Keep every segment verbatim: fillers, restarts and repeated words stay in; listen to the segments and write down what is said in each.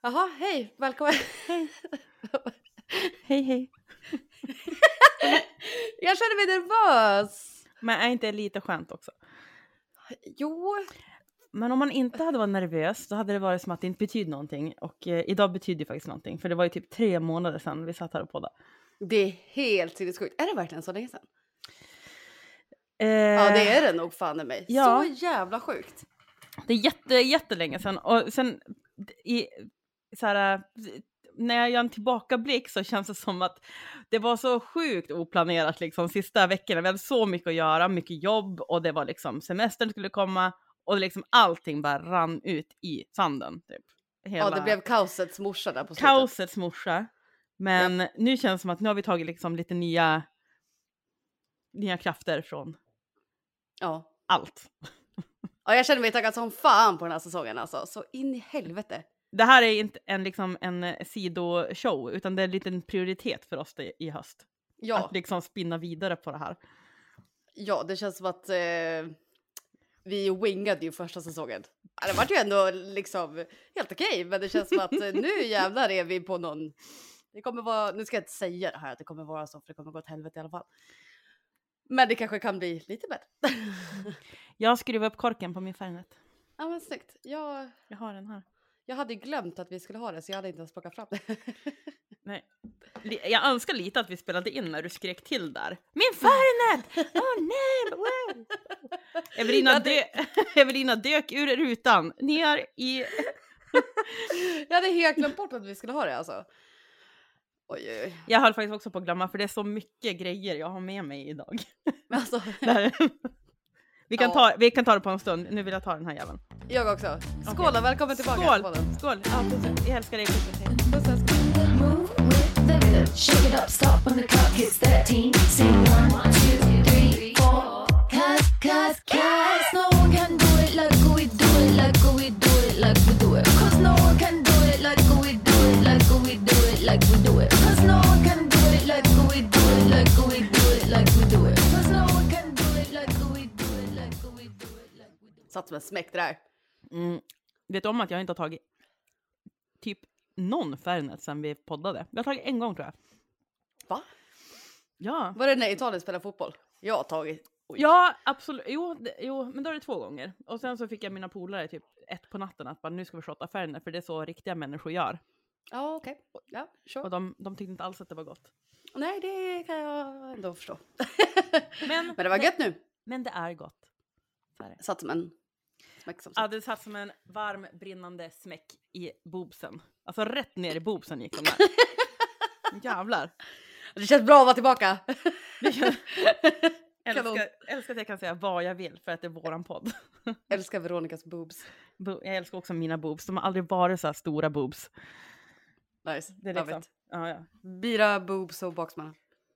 Jaha, hej, välkommen. Hej. hej, hej. Jag känner mig nervös. Men är inte lite skönt också? Jo. Men om man inte hade varit nervös, då hade det varit som att det inte betyder någonting. Och eh, idag betyder det faktiskt någonting. För det var ju typ tre månader sedan vi satt här och poddade. Det är helt sinnessjukt. Är det verkligen så länge sedan? Eh, Ja, det är det nog fan i mig. ja. Så jävla sjukt. Det är jätte, jättelänge sedan. Och sen, i, så här, när jag gör en tillbakablick så känns det som att det var så sjukt oplanerat liksom sista veckorna. Vi hade så mycket att göra, mycket jobb. Och det var liksom, semestern skulle komma. Och liksom allting bara rann ut i sanden. Typ. Hela... Ja, det blev kaosets morsa där på slutet. Kaosets morsa. Men ja. Nu känns det som att nu har vi tagit liksom lite nya, nya krafter från ja. allt. Ja, jag känner mig taggad som fan på den här säsongen alltså. Så in i helvete. Det här är inte en, liksom en sidoshow, utan det är en liten prioritet för oss i höst. Ja. Att liksom spinna vidare på det här. Ja, det känns som att eh, vi wingade ju första säsongen. Det var ju ändå liksom helt okej, men det känns som att eh, nu jävlar är vi på någon... Det kommer vara, nu ska jag inte säga det här att det kommer vara så, för det kommer gå åt helvete i alla fall. Men det kanske kan bli lite bättre. Jag skruvar upp korken på min Fernet. Ja, men snyggt. Jag, jag har den här. Jag hade glömt att vi skulle ha det, så jag hade inte ens plockat fram det. Nej. Jag önskar lite att vi spelade in när du skrek till där. Min Fernet! Åh oh, nej! Wow. Evelina, ja, det... dö... Evelina dök ur rutan. Ner i... Jag hade helt glömt bort att vi skulle ha det alltså. Oj, oj. Jag höll faktiskt också på att glömma, för det är så mycket grejer jag har med mig idag. Alltså. vi, kan ja. ta, vi kan ta det på en stund. Nu vill jag ta den här jäveln. Jag också. Skål, okay. Välkommen tillbaka. Skål, skål. Ja, puss. Jag älskar dig. Puss, puss. Shake it up, stop when the clock hits thirteen. Sing one, two, three, four. Cause, cause, cause no one can do it like we do it, like we do it, like we do it. Cause no one can do it like we do it, like we do it, like we do it. Cause no one can do it like we do it, like we do it, like we do it. Cause no one can do it like we do it, like we do it, like we do it. Satt som en smäck där. Mm. Vet du om att jag inte har tagit typ någon Fernet sen vi poddade? Jag har tagit en gång, tror jag. Va? Ja. Var det när Italien spelade fotboll? Jag har tagit. Oj. Ja, absolut. Jo, det, jo, men då är det två gånger. Och sen så fick jag mina polare typ ett på natten att bara, nu ska vi shotta Fernet, för det är så riktiga människor gör. Ja, okej. Okay. Ja, sure. Och de, de tyckte inte alls att det var gott. Nej, det kan jag ändå förstå. Men, men det var gött nu. Men det är gott. Är satt som en smäck som ja, det satt som en varm, brinnande smäck i boobsen. Alltså rätt ner i boobsen gick de där. Jävlar. Det känns bra att vara tillbaka. Det känns... älskar, älskar att jag kan säga vad jag vill, för att det är våran podd. Älskar Veronikas boobs. Bo- jag älskar också mina boobs. De har aldrig varit så här stora boobs. Nice. Det är liksom... ja, ja. Bira, boobs och boxman.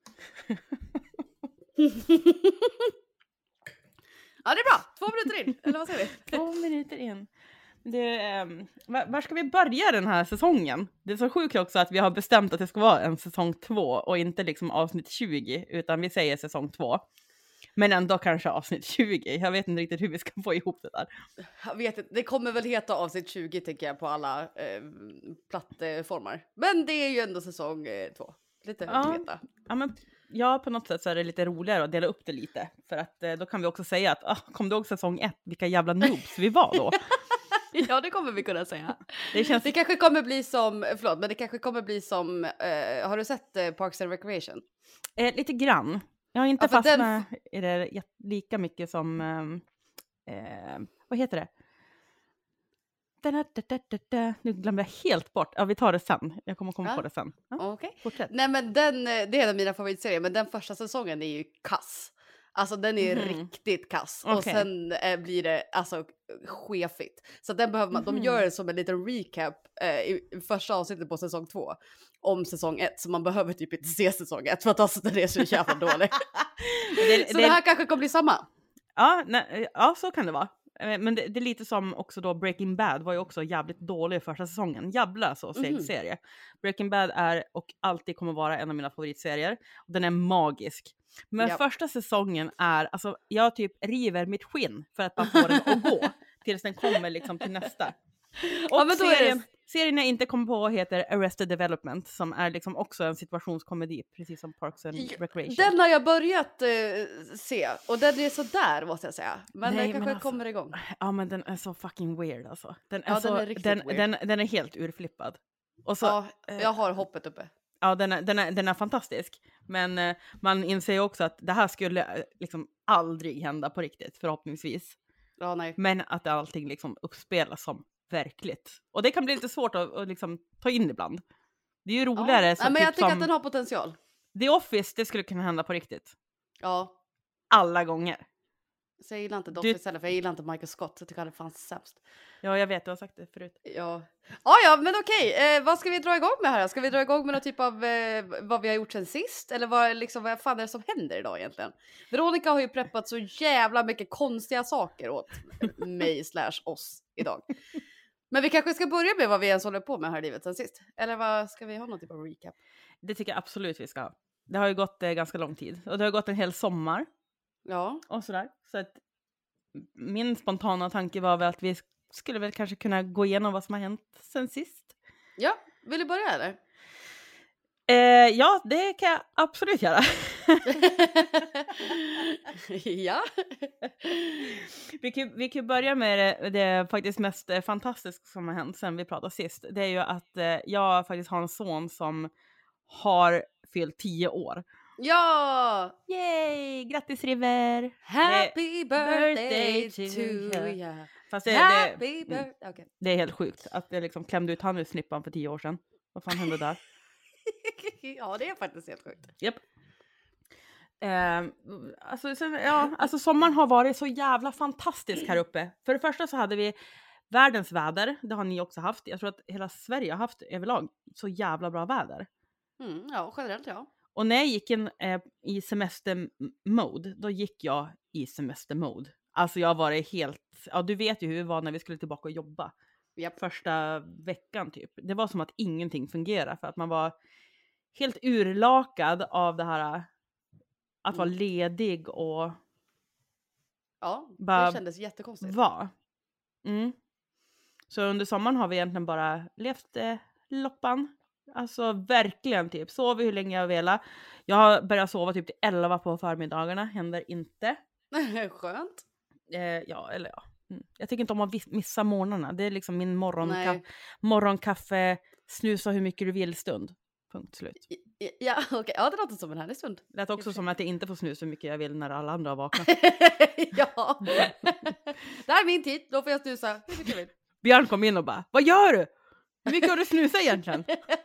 Ja, det är bra. Två minuter in. Eller vad säger vi? Två minuter in. Det, um, var, var ska vi börja den här säsongen? Det är så sjukt också att vi har bestämt att det ska vara en säsong två och inte liksom avsnitt tjugo, utan vi säger säsong två. Men ändå kanske avsnitt tjugo. Jag vet inte riktigt hur vi ska få ihop det där. Jag vet inte. Det kommer väl heta avsnitt tjugo, tycker jag, på alla eh, plattformar. Men det är ju ändå säsong eh, två. Lite ja. Veta. Ja, men ja, på något sätt så är det lite roligare att dela upp det lite. För att eh, då kan vi också säga att, ah, kom du ihåg säsong ett? Vilka jävla noobs vi var då. Ja, det kommer vi kunna säga. Det, känns... det kanske kommer bli som, förlåt, men det kanske kommer bli som, eh, har du sett eh, Parks and Recreation? Eh, lite grann. Jag har inte ja, fastnat den... i det lika mycket som, eh, vad heter det? Da, da, da, da, da. Nu glömde jag helt bort. Ja, vi tar det sen. Jag kommer komma ja. på det sen. Ja, Okej. Okay. Fortsätt. Nej, men den, det är en av mina favoritserier, men den första säsongen är ju kass. Alltså den är mm. riktigt kass. Okay. Och sen eh, blir det alltså skefigt. Så den behöver man, mm. de gör det som en liten recap eh, i, i första avsnittet på säsong två. Om säsong ett. Så man behöver typ inte se säsong ett. För att alltså den är så jävla dålig. det, så det, det här kanske kommer bli samma. Ja, nej, ja, så kan det vara. Men det, det är lite som också då Breaking Bad var ju också jävligt dålig första säsongen. Jävla så seg mm. serie. Breaking Bad är och alltid kommer vara en av mina favoritserier. Och den är magisk. Men yep. första säsongen är, alltså jag typ river mitt skinn för att bara få den att gå. Tills den kommer liksom till nästa. Och ja, men då serien, är det... serien jag inte kommer på heter Arrested Development, som är liksom också en situationskomedi, precis som Parks and Recreation. Den har jag börjat eh, se, och den är så där måste jag säga. Men Nej, den kanske men alltså, kommer igång. Ja, men den är så fucking weird alltså. Den är, Ja, så, den är riktigt den, weird. Den, den är helt urflippad. Och så, Ja, eh, jag har hoppet uppe. Ja, den är, den, är, den är fantastisk. Men eh, man inser ju också att det här skulle eh, liksom aldrig hända på riktigt, förhoppningsvis. Ja, nej. Men att allting liksom uppspelas som verkligt. Och det kan bli lite svårt att, att liksom ta in ibland. Det är ju roligare. Ja. Så Nej, men typ jag tycker som att den har potential. The Office, det skulle kunna hända på riktigt. Ja. Alla gånger. Så jag gillar inte The Du- Office heller, för jag gillar inte Michael Scott. Jag tycker han är fan sämst. Ja, jag vet, du har sagt det förut. Ja, ja, ja men okej. Eh, vad ska vi dra igång med här? Ska vi dra igång med någon typ av eh, vad vi har gjort sen sist? Eller vad, liksom, vad fan är det som händer idag egentligen? Veronica har ju preppat så jävla mycket konstiga saker åt mig slash oss idag. Men vi kanske ska börja med vad vi ens håller på med här i livet sen sist. Eller vad ska vi ha någon typ av recap? Det tycker jag absolut vi ska ha. Det har ju gått eh, ganska lång tid. Och det har gått en hel sommar. Ja. Och sådär. Så att min spontana tanke var väl att vi skulle väl kanske kunna gå igenom vad som har hänt sen sist. Ja, vill du börja eller? Eh, ja, det kan jag absolut göra. Ja. vi, kan, vi kan börja med det, det faktiskt mest eh, fantastiska som har hänt sen vi pratade sist. Det är ju att eh, jag faktiskt har en son som har fyllt tio år. Ja! Yay! Grattis River! Happy birthday, birthday to to you. you. Fast det, Happy det, birthday. Okay. det är helt sjukt att jag liksom klämde ut han ur snippan för tio år sedan. Vad fan hände där? Ja, det är faktiskt helt sjukt. Japp. Eh, alltså, sen, ja, alltså sommaren har varit så jävla fantastisk här uppe. För det första så hade vi världens väder. Det har ni också haft. Jag tror att hela Sverige har haft överlag så jävla bra väder. Mm, ja, generellt ja. Och när jag gick in eh, i semestermode, då gick jag i semestermode. Alltså jag var helt, ja du vet ju hur det var när vi skulle tillbaka och jobba. Yep. Första veckan typ. Det var som att ingenting fungerade för att man var helt urlakad av det här att vara ledig och Ja, bara det kändes jättekonstigt. vara. Mm. Så under sommaren har vi egentligen bara levt eh, loppan. Alltså verkligen typ. Sover hur länge jag vill. Jag har börjat sova typ till elva på förmiddagarna. Händer inte. Skönt. Eh, ja, eller ja. Mm. Jag tycker inte om att vis- missa morgnarna. Det är liksom min morgonka- Nej. morgonkaffe. Snusa hur mycket du vill stund. Punkt slut. Ja, ja okej. Okay. Ja, det låter som en härlig stund. Det lät också som att jag inte får snusa hur mycket jag vill när alla andra har vaknat. Ja. Det här är min tid. Då får jag snusa hur mycket jag vill. Björn kom in och bara, vad gör du? Hur mycket har du snusat egentligen?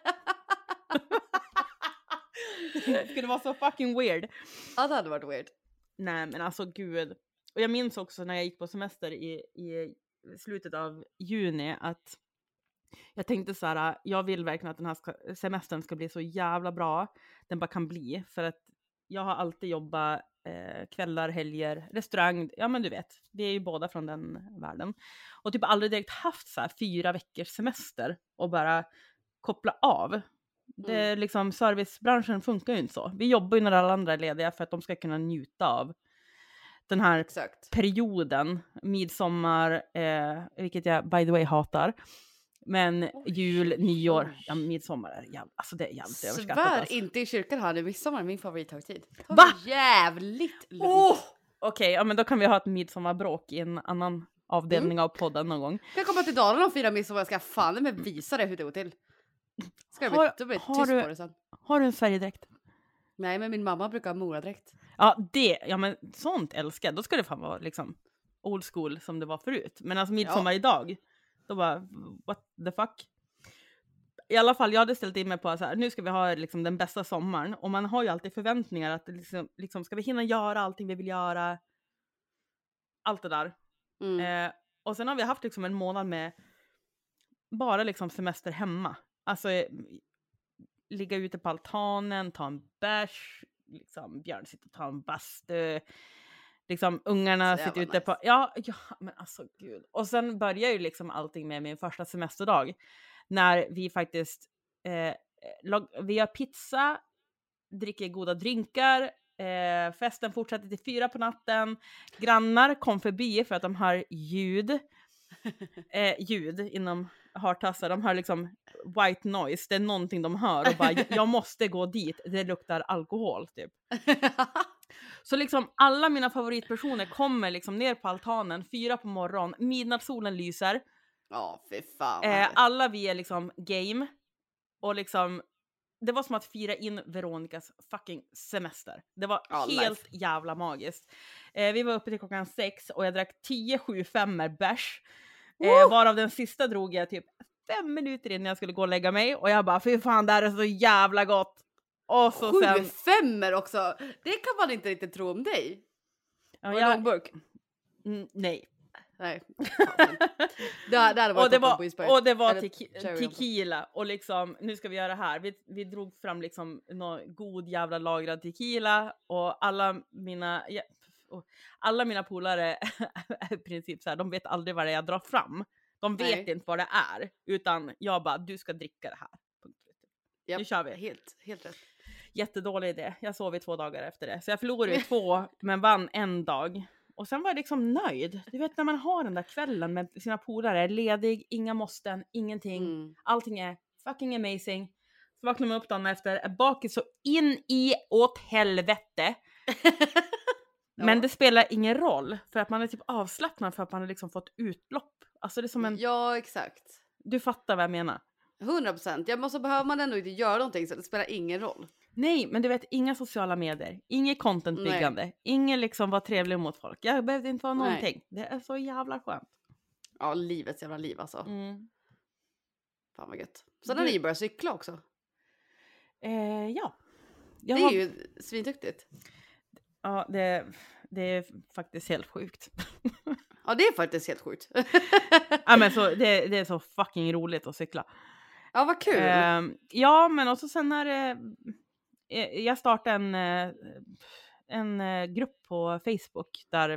Det skulle vara så fucking weird. Ja, det hade varit weird. Nej men alltså gud. Och jag minns också när jag gick på semester i, i slutet av juni att jag tänkte så här, jag vill verkligen att den här ska, semestern ska bli så jävla bra den bara kan bli. För att jag har alltid jobbat eh, kvällar, helger, restaurang. Ja men du vet, vi är ju båda från den världen. Och typ aldrig direkt haft så här fyra veckors semester och bara koppla av. Det är liksom, servicebranschen funkar ju inte så. Vi jobbar ju när alla andra är lediga för att de ska kunna njuta av den här Exakt. perioden. Midsommar, eh, vilket jag by the way hatar. Men Oj, jul, oj, nyår, oj. ja midsommar är jävla, alltså det är jävligt överskattat. Svär Alltså. inte i kyrkan här nu. Midsommar är min favorithögtid. Ta Va? jävligt lugnt. Oh! Okej, okay, ja men då kan vi ha ett midsommarbråk i en annan avdelning Mm. av podden någon gång. Jag kommer till Dalarna och fira midsommar. Jag ska fan men visa dig hur det går till. Ska Har- jag bli har tyst du- på det sen. Har du en Sverigedräkt? Nej, men min mamma brukar ha moradräkt. Ja, det, ja men sånt älskar jag. Då ska det fan vara liksom old school som det var förut. Men alltså midsommar Ja. idag, då bara, what the fuck? I alla fall, jag hade ställt in mig på så här, nu ska vi ha liksom den bästa sommaren. Och man har ju alltid förväntningar att det liksom, liksom, ska vi hinna göra allting vi vill göra? Allt det där. Mm. Eh, och sen har vi haft liksom en månad med bara liksom semester hemma. Alltså eh, ligga ute på altanen, ta en bärs, liksom Björn sitter och tar en bastu. Liksom ungarna Så sitter jävla ute på, ja, ja men alltså gud. Och sen börjar ju liksom allting med min första semesterdag. När vi faktiskt, eh, lag, vi har pizza, dricker goda drinkar, eh, festen fortsätter till fyra på natten. Grannar kom förbi för att de har ljud. Eh, ljud inom hartassar, de hör liksom white noise, det är någonting de hör och bara, jag måste gå dit, det luktar alkohol typ. Så liksom alla mina favoritpersoner kommer liksom ner på altanen, fyra på morgon, midnattssolen lyser. Ja, fy fan. Eh, alla vi är liksom game. Och liksom, det var som att fira in Veronikas fucking semester. Det var ja, helt life. jävla magiskt. Eh, vi var uppe till klockan sex och jag drack tio sju femmer bärs. Eh, varav den sista drog jag typ fem minuter innan jag skulle gå och lägga mig. Och jag bara, fy fan, det här är så jävla gott. Och så Sju sen... femmer också! Det kan man inte riktigt tro om dig. Ja, var jag... det långburk? Mm, nej. Nej. det, det hade varit och det var, och det var Eller te- tequila. Och liksom, nu ska vi göra det här. Vi, vi drog fram liksom någon god jävla lagrad tequila. Och alla mina... Ja, och alla mina polare är i princip så här, de vet aldrig vad det är jag drar fram. De vet Nej. inte vad det är. Utan jag bara, du ska dricka det här. Yep. Nu kör vi. Helt, helt rätt. Jättedålig idé. Jag sov i två dagar efter det. Så jag förlorade ju två, men vann en dag. Och sen var jag liksom nöjd. Du vet när man har den där kvällen med sina polare. Ledig, inga måsten, ingenting. Mm. Allting är fucking amazing. Så vaknar man upp dagen efter. Är bakis så in i åt helvete. Ja. Men det spelar ingen roll. För att man är typ avslappnad för att man har liksom fått utlopp. Alltså det är som en... Ja, exakt. Du fattar vad jag menar. hundra procent. Jag måste behöva man ändå inte göra någonting så det spelar ingen roll. Nej, men du vet, inga sociala medier, inget contentbyggande, ingen liksom vara trevlig mot folk. Jag behövde inte vara någonting. Nej. Det är så jävla skönt. Ja, livets jävla liv alltså. Mm. Fan vad gött. Så när ni börjar cykla också. Eh, ja. Jag det är har... ju svinduktigt. Ja, det, det är faktiskt helt sjukt. Ja, det är faktiskt helt sjukt. Ja, men så, det, det är så fucking roligt att cykla. Ja, vad kul. Eh, ja, men också sen när det... Jag startade en, en grupp på Facebook där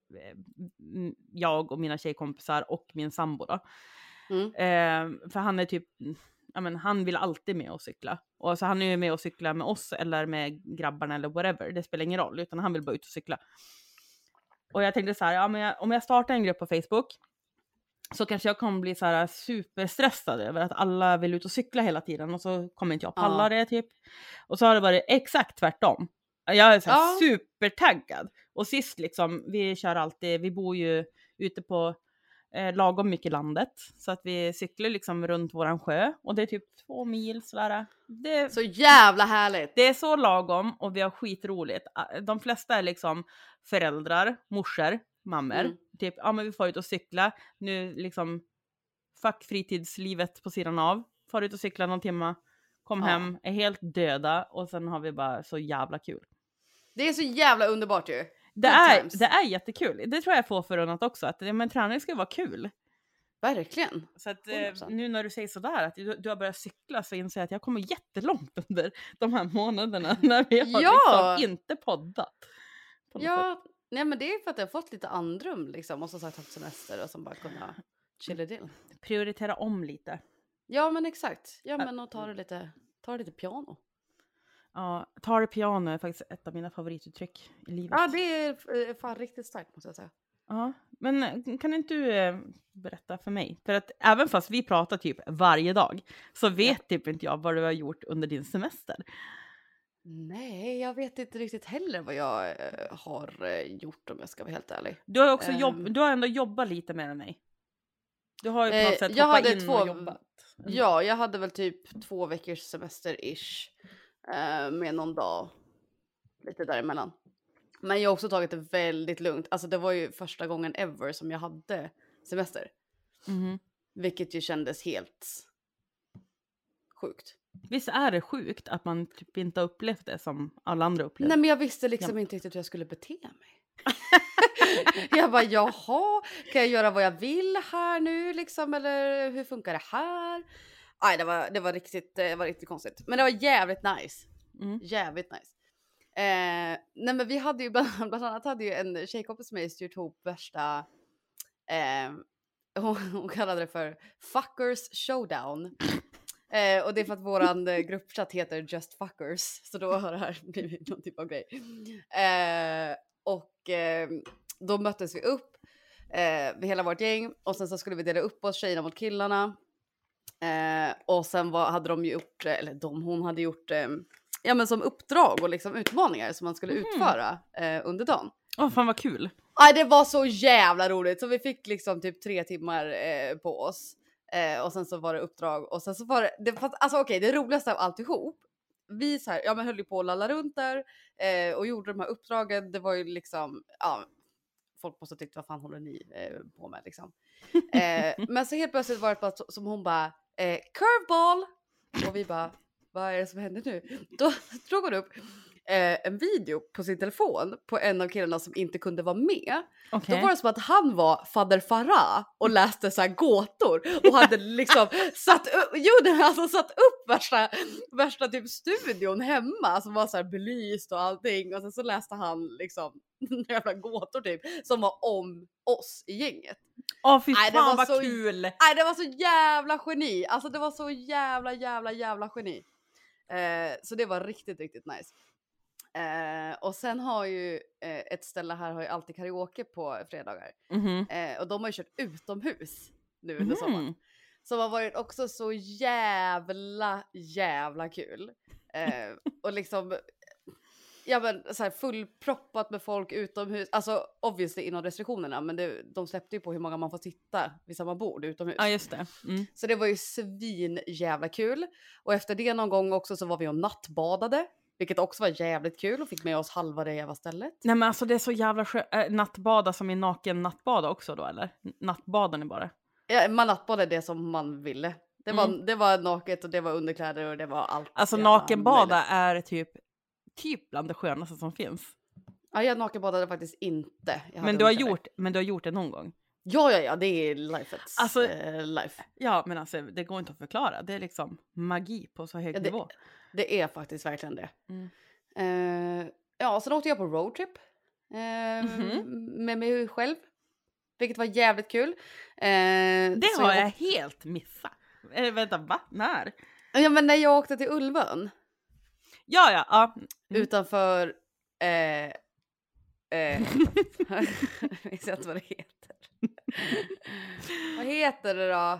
jag och mina tjejkompisar och min sambo då. Mm. Eh, för han är typ, ja men han vill alltid med och cykla. Och så han är ju med och cykla med oss eller med grabbarna eller whatever. Det spelar ingen roll, utan han vill bara ut och cykla. Och jag tänkte så här, ja men jag, om jag startar en grupp på Facebook så kanske jag kommer bli så här superstressad över att alla vill ut och cykla hela tiden. Och så kommer inte jag palla ja. det typ. Och så har det varit exakt tvärtom. Jag är så här ja. supertaggad. Och sist liksom, vi kör alltid, vi bor ju ute på eh, lagom mycket landet. Så att vi cyklar liksom runt våran sjö. Och det är typ två mil sådär. Det, så jävla härligt. Det är så lagom och vi har skitroligt. De flesta är liksom föräldrar, morsor, mammor. Mm. Typ, ja men vi får ut och cykla. Nu liksom, fuck fritidslivet på sidan av. Får ut och cykla någon timme. Kom ja. hem, är helt döda. Och sen har vi bara så jävla kul. Det är så jävla underbart ju. Det är, det är jättekul. Det tror jag får förunnat också. Att men, träning ska vara kul. Verkligen. Så att eh, nu när du säger sådär att du, du har börjat cykla så inser jag att jag kommer jättelångt under de här månaderna när vi har ja. liksom inte poddat. Ja, nej men det är för att jag har fått lite andrum liksom och så sagt haft semester och som bara kunna chilla till. Prioritera om lite. Ja men exakt. Ja men och ta det lite, ta det lite piano. Ja, ta det piano är faktiskt ett av mina favorituttryck i livet. Ja, det är fan riktigt starkt måste jag säga. Ja, men kan inte du eh, berätta för mig? För att även fast vi pratar typ varje dag så vet ja. typ inte jag vad du har gjort under din semester. Nej, jag vet inte riktigt heller vad jag eh, har eh, gjort om jag ska vara helt ärlig. Du har också um, jobb, du har ändå jobbat lite mer än mig. Du har ju på något eh, sätt jag hoppat hade in två, och jobbat. Mm. Ja, jag hade väl typ två veckors semester-ish eh, med någon dag lite däremellan. Men jag har också tagit det väldigt lugnt. Alltså det var ju första gången ever som jag hade semester. Mm. Vilket ju kändes helt sjukt. Visst är det sjukt att man typ inte har upplevt det som alla andra upplevt? Nej men jag visste liksom ja. inte riktigt hur jag skulle bete mig. Jag bara jaha, kan jag göra vad jag vill här nu liksom? Eller hur funkar det här? Nej det var, det var, riktigt, det var riktigt konstigt. Men det var jävligt nice. Mm. Jävligt nice. Eh, nej men vi hade ju bland, bland annat hade ju en tjejkompis med mig styrt ihop värsta eh, hon, hon kallade det för Fuckers Showdown. Eh, och det är för att våran gruppchatt heter Just Fuckers. Så då har det här blivit någon typ av grej. Eh, och eh, då möttes vi upp eh, med hela vårt gäng. Och sen så skulle vi dela upp oss tjejerna mot killarna. Eh, och sen var, hade de gjort, eller de, hon hade gjort eh, ja, men som uppdrag och liksom utmaningar som man skulle mm. utföra eh, under dagen. Åh, oh, fan vad kul. Ja, det var så jävla roligt. Så vi fick liksom typ tre timmar eh, på oss. Eh, och sen så var det uppdrag. Och sen så var det, det alltså okej, okay, det roligaste av alltihop. Vi så här, ja men höll ju på att lalla runt där. Eh, och gjorde de här uppdragen. Det var ju liksom, ja. Folk måste tyckt, vad fan håller ni eh, på med liksom. Eh, men så helt plötsligt var det bara som hon bara, eh, curveball. Och vi bara, vad är det som händer nu? Då drog hon upp eh, en video på sin telefon på en av killarna som inte kunde vara med. Okay. Då var det som att han var Fader Farah och läste så här gåtor och hade liksom satt upp, jo, alltså satt upp värsta, värsta typ studion hemma som var så här belyst och allting. Och sen så läste han liksom jävla gåtor typ som var om oss i gänget. Åh fy fan, nej, vad så, kul! Nej, det var så jävla geni. Alltså det var så jävla jävla jävla geni. Eh, så det var riktigt riktigt nice. Eh, och sen har ju eh, ett ställe här har ju alltid karaoke på fredagar. Mm-hmm. Eh, och de har ju kört utomhus nu under mm-hmm. sommaren. Som har varit också så jävla jävla kul. Eh, och liksom ja men så här fullproppat med folk utomhus. Alltså obviously inom restriktionerna, men det, de släppte ju på hur många man får sitta vid samma bord utomhus. Ja just det. Mm. Så det var ju svin jävla kul. Och efter det någon gång också så var vi och nattbadade. Vilket också var jävligt kul och fick med oss halva det jävla stället. Nej men alltså det är så jävla skö- äh, nattbada som är naken nattbada också då eller? Nattbaden är bara. Ja, man nattbadade det som man ville. Det var, mm. det var naket och det var underkläder och det var allt. Alltså nakenbada är typ typ bland det skönaste som finns. Ja, jag nakenbadade faktiskt inte. Men du har gjort men du har gjort det någon gång. Ja ja ja, det är lifets alltså, uh, life. Ja, men alltså det går inte att förklara. Det är liksom magi på så hög ja, det, nivå. Det är faktiskt verkligen det. Mm. Uh, ja, sen åkte jag på roadtrip uh, mm-hmm. med mig själv. Vilket var jävligt kul. Uh, det har jag, jag helt missat. Äh, vänta, va? När? Ja, men när jag åkte till Ulvön. Ja, ja. ja. Mm. Utanför... Eh, eh, jag vet inte vad det heter. Vad heter det då?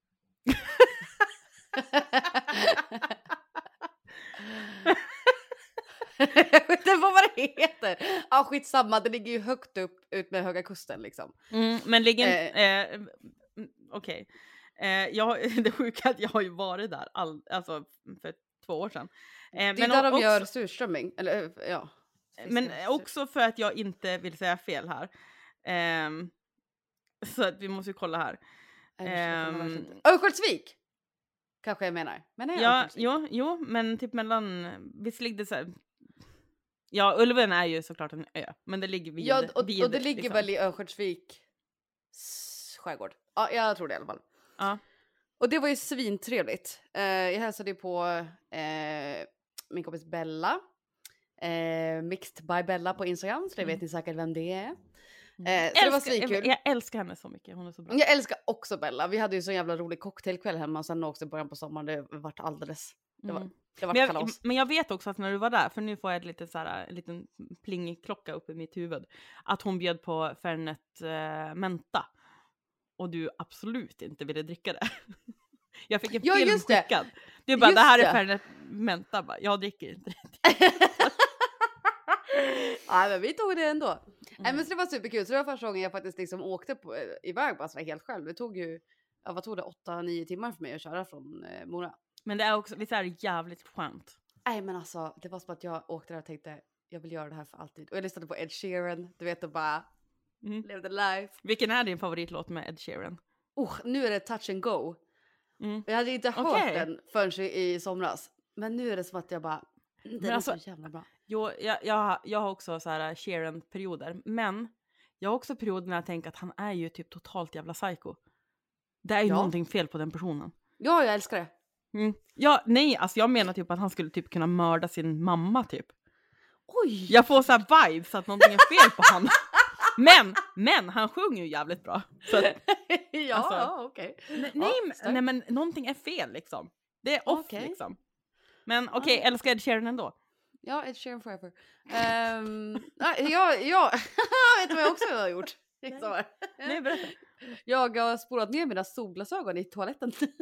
Jag vet inte vad det heter. Ja, ah, skitsamma. Det ligger ju högt upp ut med Höga Kusten liksom. Mm, men ligger... Eh, eh, Okej. Okay. Eh, jag, det sjuka att jag har ju varit där all, alltså för två år sedan. Eh, det är men där också, de gör surströmming. Eller ja. Men också för att jag inte vill säga fel här. Eh, så att vi måste ju kolla här. Um, Örnsköldsvik kanske jag menar. Men är ja, jo, jo, men typ mellan visst ligger det så här. Ja, Ulven är ju såklart en ö, men det ligger vid ja, och, vid, och det ligger liksom. väl i Örnsköldsvik skärgård. Ja, jag tror det i alla fall. Ja. Och det var ju svintrevligt. Uh, jag hälsade på uh, min kompis Bella. Uh, Mixed by Bella på Instagram, så det vet mm. ni säkert vem det är. Eh, så älskar, det var jag, jag älskar henne så mycket, hon är så bra. Jag älskar också Bella. Vi hade ju så jävla rolig cocktailkväll hemma och sen också i början på sommaren. Det vart alldeles, det var, mm. det var men, kalas. jag, men jag vet också att när du var där, för nu får jag ett lite så här, en liten plingklocka upp i mitt huvud, att hon bjöd på Fernet eh, Menta och du absolut inte ville dricka det. Jag fick en ja, film just det. skickad. Du bara, just det här det. är Fernet Menta. Bara, jag dricker inte. Ja, men vi tog det ändå. Mm. Nej, men så det var superkul. Så det var första gången jag faktiskt liksom åkte på, iväg bara så helt själv. Det tog ju, ja, vad tog det? åtta nio timmar för mig att köra från eh, Mora. Men det är också, visst är det jävligt skönt. Nej, men alltså, det var som att jag åkte där och tänkte, jag vill göra det här för alltid. Och jag lyssnade på Ed Sheeran, du vet, och bara mm. levde life. Vilken är din favoritlåt med Ed Sheeran? Oh, nu är det Touch and Go. Mm. Jag hade inte hört okay. den förrän i, i somras. Men nu är det som att jag bara, den men är alltså, så jävla bra. Jo, jag, jag, jag har också så här Sheeran-perioder. Men jag har också perioder när jag tänker att han är ju typ totalt jävla psycho. Det är ju ja. någonting fel på den personen. Ja, jag älskar det. Mm. Ja, nej, alltså jag menar typ att han skulle typ kunna mörda sin mamma typ. Oj! Jag får så här vibes att någonting är fel på honom. Men, men han sjunger ju jävligt bra. Så att, ja, alltså, ja, okej. Okay. Nej, nej, ja, nej, men någonting är fel liksom. Det är off okay. liksom. Men okej, okay, ja. älskar Ed Sheeran ändå. Ja, Ed Sheeran forever. Um, ja, ja. Vet du vad jag också har gjort? Nej, nej berätta. Jag har spolat ner mina solglasögon i toaletten.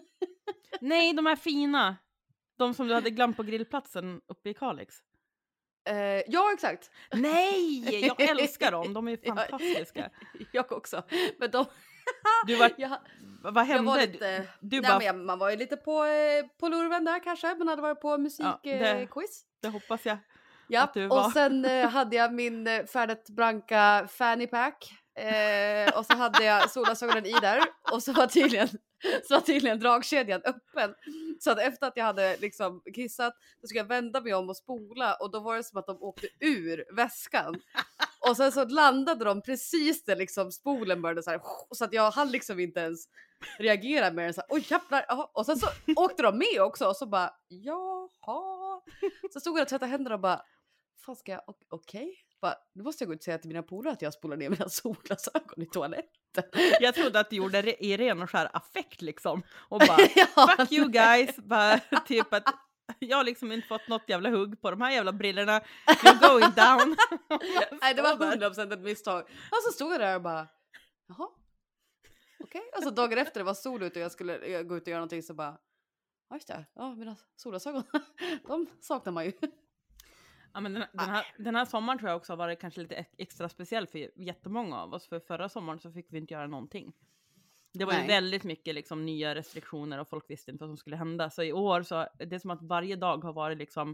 Nej, de är fina. De som du hade glömt på grillplatsen uppe i Kalix. Uh, ja, exakt. Nej, jag älskar dem. De är fantastiska. Jag också. Men de... Du var... jag, vad hände? Jag var lite... Du nej, bara... men man var ju lite på, på lurven där kanske. Man hade varit på musikquiz. Ja, det, det hoppas jag. Ja, att du var. Och sen uh, hade jag min uh, Fernet Branca fanny pack. Uh, och så hade jag solglasögonen i där. Och så var tydligen... Så var tydligen dragkedjan öppen. Så att efter att jag hade liksom kissat, så skulle jag vända mig om och spola. Och då var det som att de åkte ur väskan. Och sen så landade de precis där liksom spolen började så här. Så att jag hann liksom inte ens reagera med den så här. Oj jävlar. Aha. Och sen så åkte de med också. Och så bara, jaha. Så stod jag och tvättade händerna och bara, fan ska jag, okej. Okay. Bara, nu måste jag gå ut och säga till mina polare att jag spolar ner mina solglasögon i toaletten. Jag trodde att du gjorde det i ren och skär affekt liksom. Och bara, ja, fuck you guys. Bara, typ att jag har liksom inte fått något jävla hugg på de här jävla brillorna. You're going down. Nej, det var hundra procent ett misstag. Och så stod jag där och bara, jaha. Okej. Okay. Och så dagen efter det var sol ute och jag skulle gå ut och göra någonting så bara, ja just det, ja mina solglasögon, de saknar man ju. Ja, men den, den, här, den här sommaren tror jag också har varit kanske lite extra speciell för jättemånga av oss. För förra sommaren så fick vi inte göra någonting. Det var Nej. ju väldigt mycket liksom nya restriktioner och folk visste inte vad som skulle hända. Så i år så det är som att varje dag har varit liksom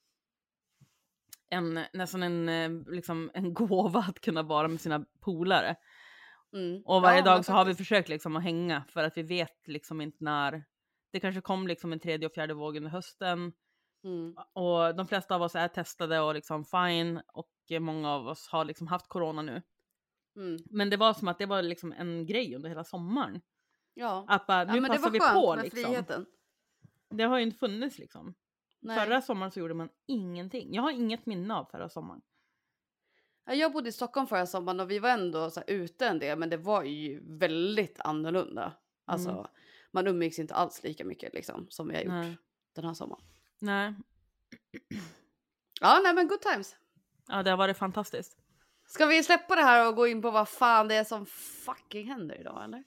en, nästan en, liksom en gåva att kunna vara med sina polare. Mm. Och varje ja, dag så har vi försökt liksom att hänga för att vi vet liksom inte när. Det kanske kom liksom en tredje och fjärde våg under hösten. Mm. Och de flesta av oss är testade och liksom fine. Och många av oss har liksom haft corona nu. Mm. Men det var som att det var liksom en grej under hela sommaren. Ja. Att bara, nu ja, passar vi på liksom. Friheten. Det har ju inte funnits liksom. Nej. Förra sommaren så gjorde man ingenting. Jag har inget minne av förra sommaren. Jag bodde i Stockholm förra sommaren och vi var ändå så här ute en del. Men det var ju väldigt annorlunda. Alltså mm. man umgicks inte alls lika mycket liksom som vi har gjort nej. Den här sommaren. Nej. Ja, nej men good times. Ja, det har varit fantastiskt. Ska vi släppa det här och gå in på vad fan det är som fucking händer idag, eller?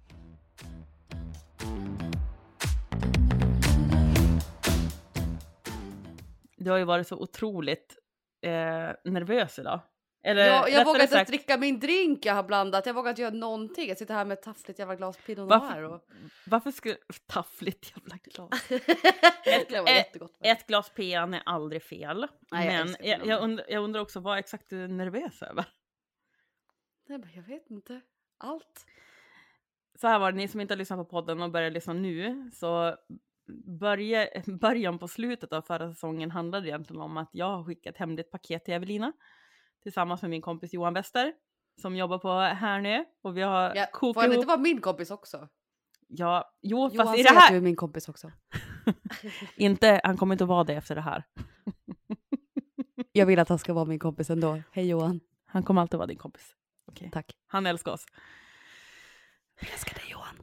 Du har ju varit så otroligt eh, nervös idag. Eller, ja, jag vågar inte sagt... dricka min drink jag har blandat. Jag vågar inte göra någonting. Jag sitter här med ett taffligt jävla glas Pinot Noir. Och... Varför skulle... Taffligt jävla glas. ett, det var jättegott. Ett, ett glas P N är aldrig fel. Nej, men jag, jag, jag, undrar, jag undrar också vad exakt du är nervös över. Nej, jag vet inte. Allt. Så här var det, ni som inte har lyssnat på podden och börjar lyssna nu. Så börja, början på slutet av förra säsongen handlade egentligen om att jag har skickat hem ett paket till Evelina. Tillsammans med min kompis Johan Wester. Som jobbar på Härnö. Och vi har ja, kokat får han inte vara min kompis också? Ja, jo, Johan fast i det här... att du är min kompis också. inte, han kommer inte att vara det efter det här. Jag vill att han ska vara min kompis ändå. Hej Johan. Han kommer alltid vara din kompis. Okay. Tack. Han älskar oss. Jag älskar dig Johan.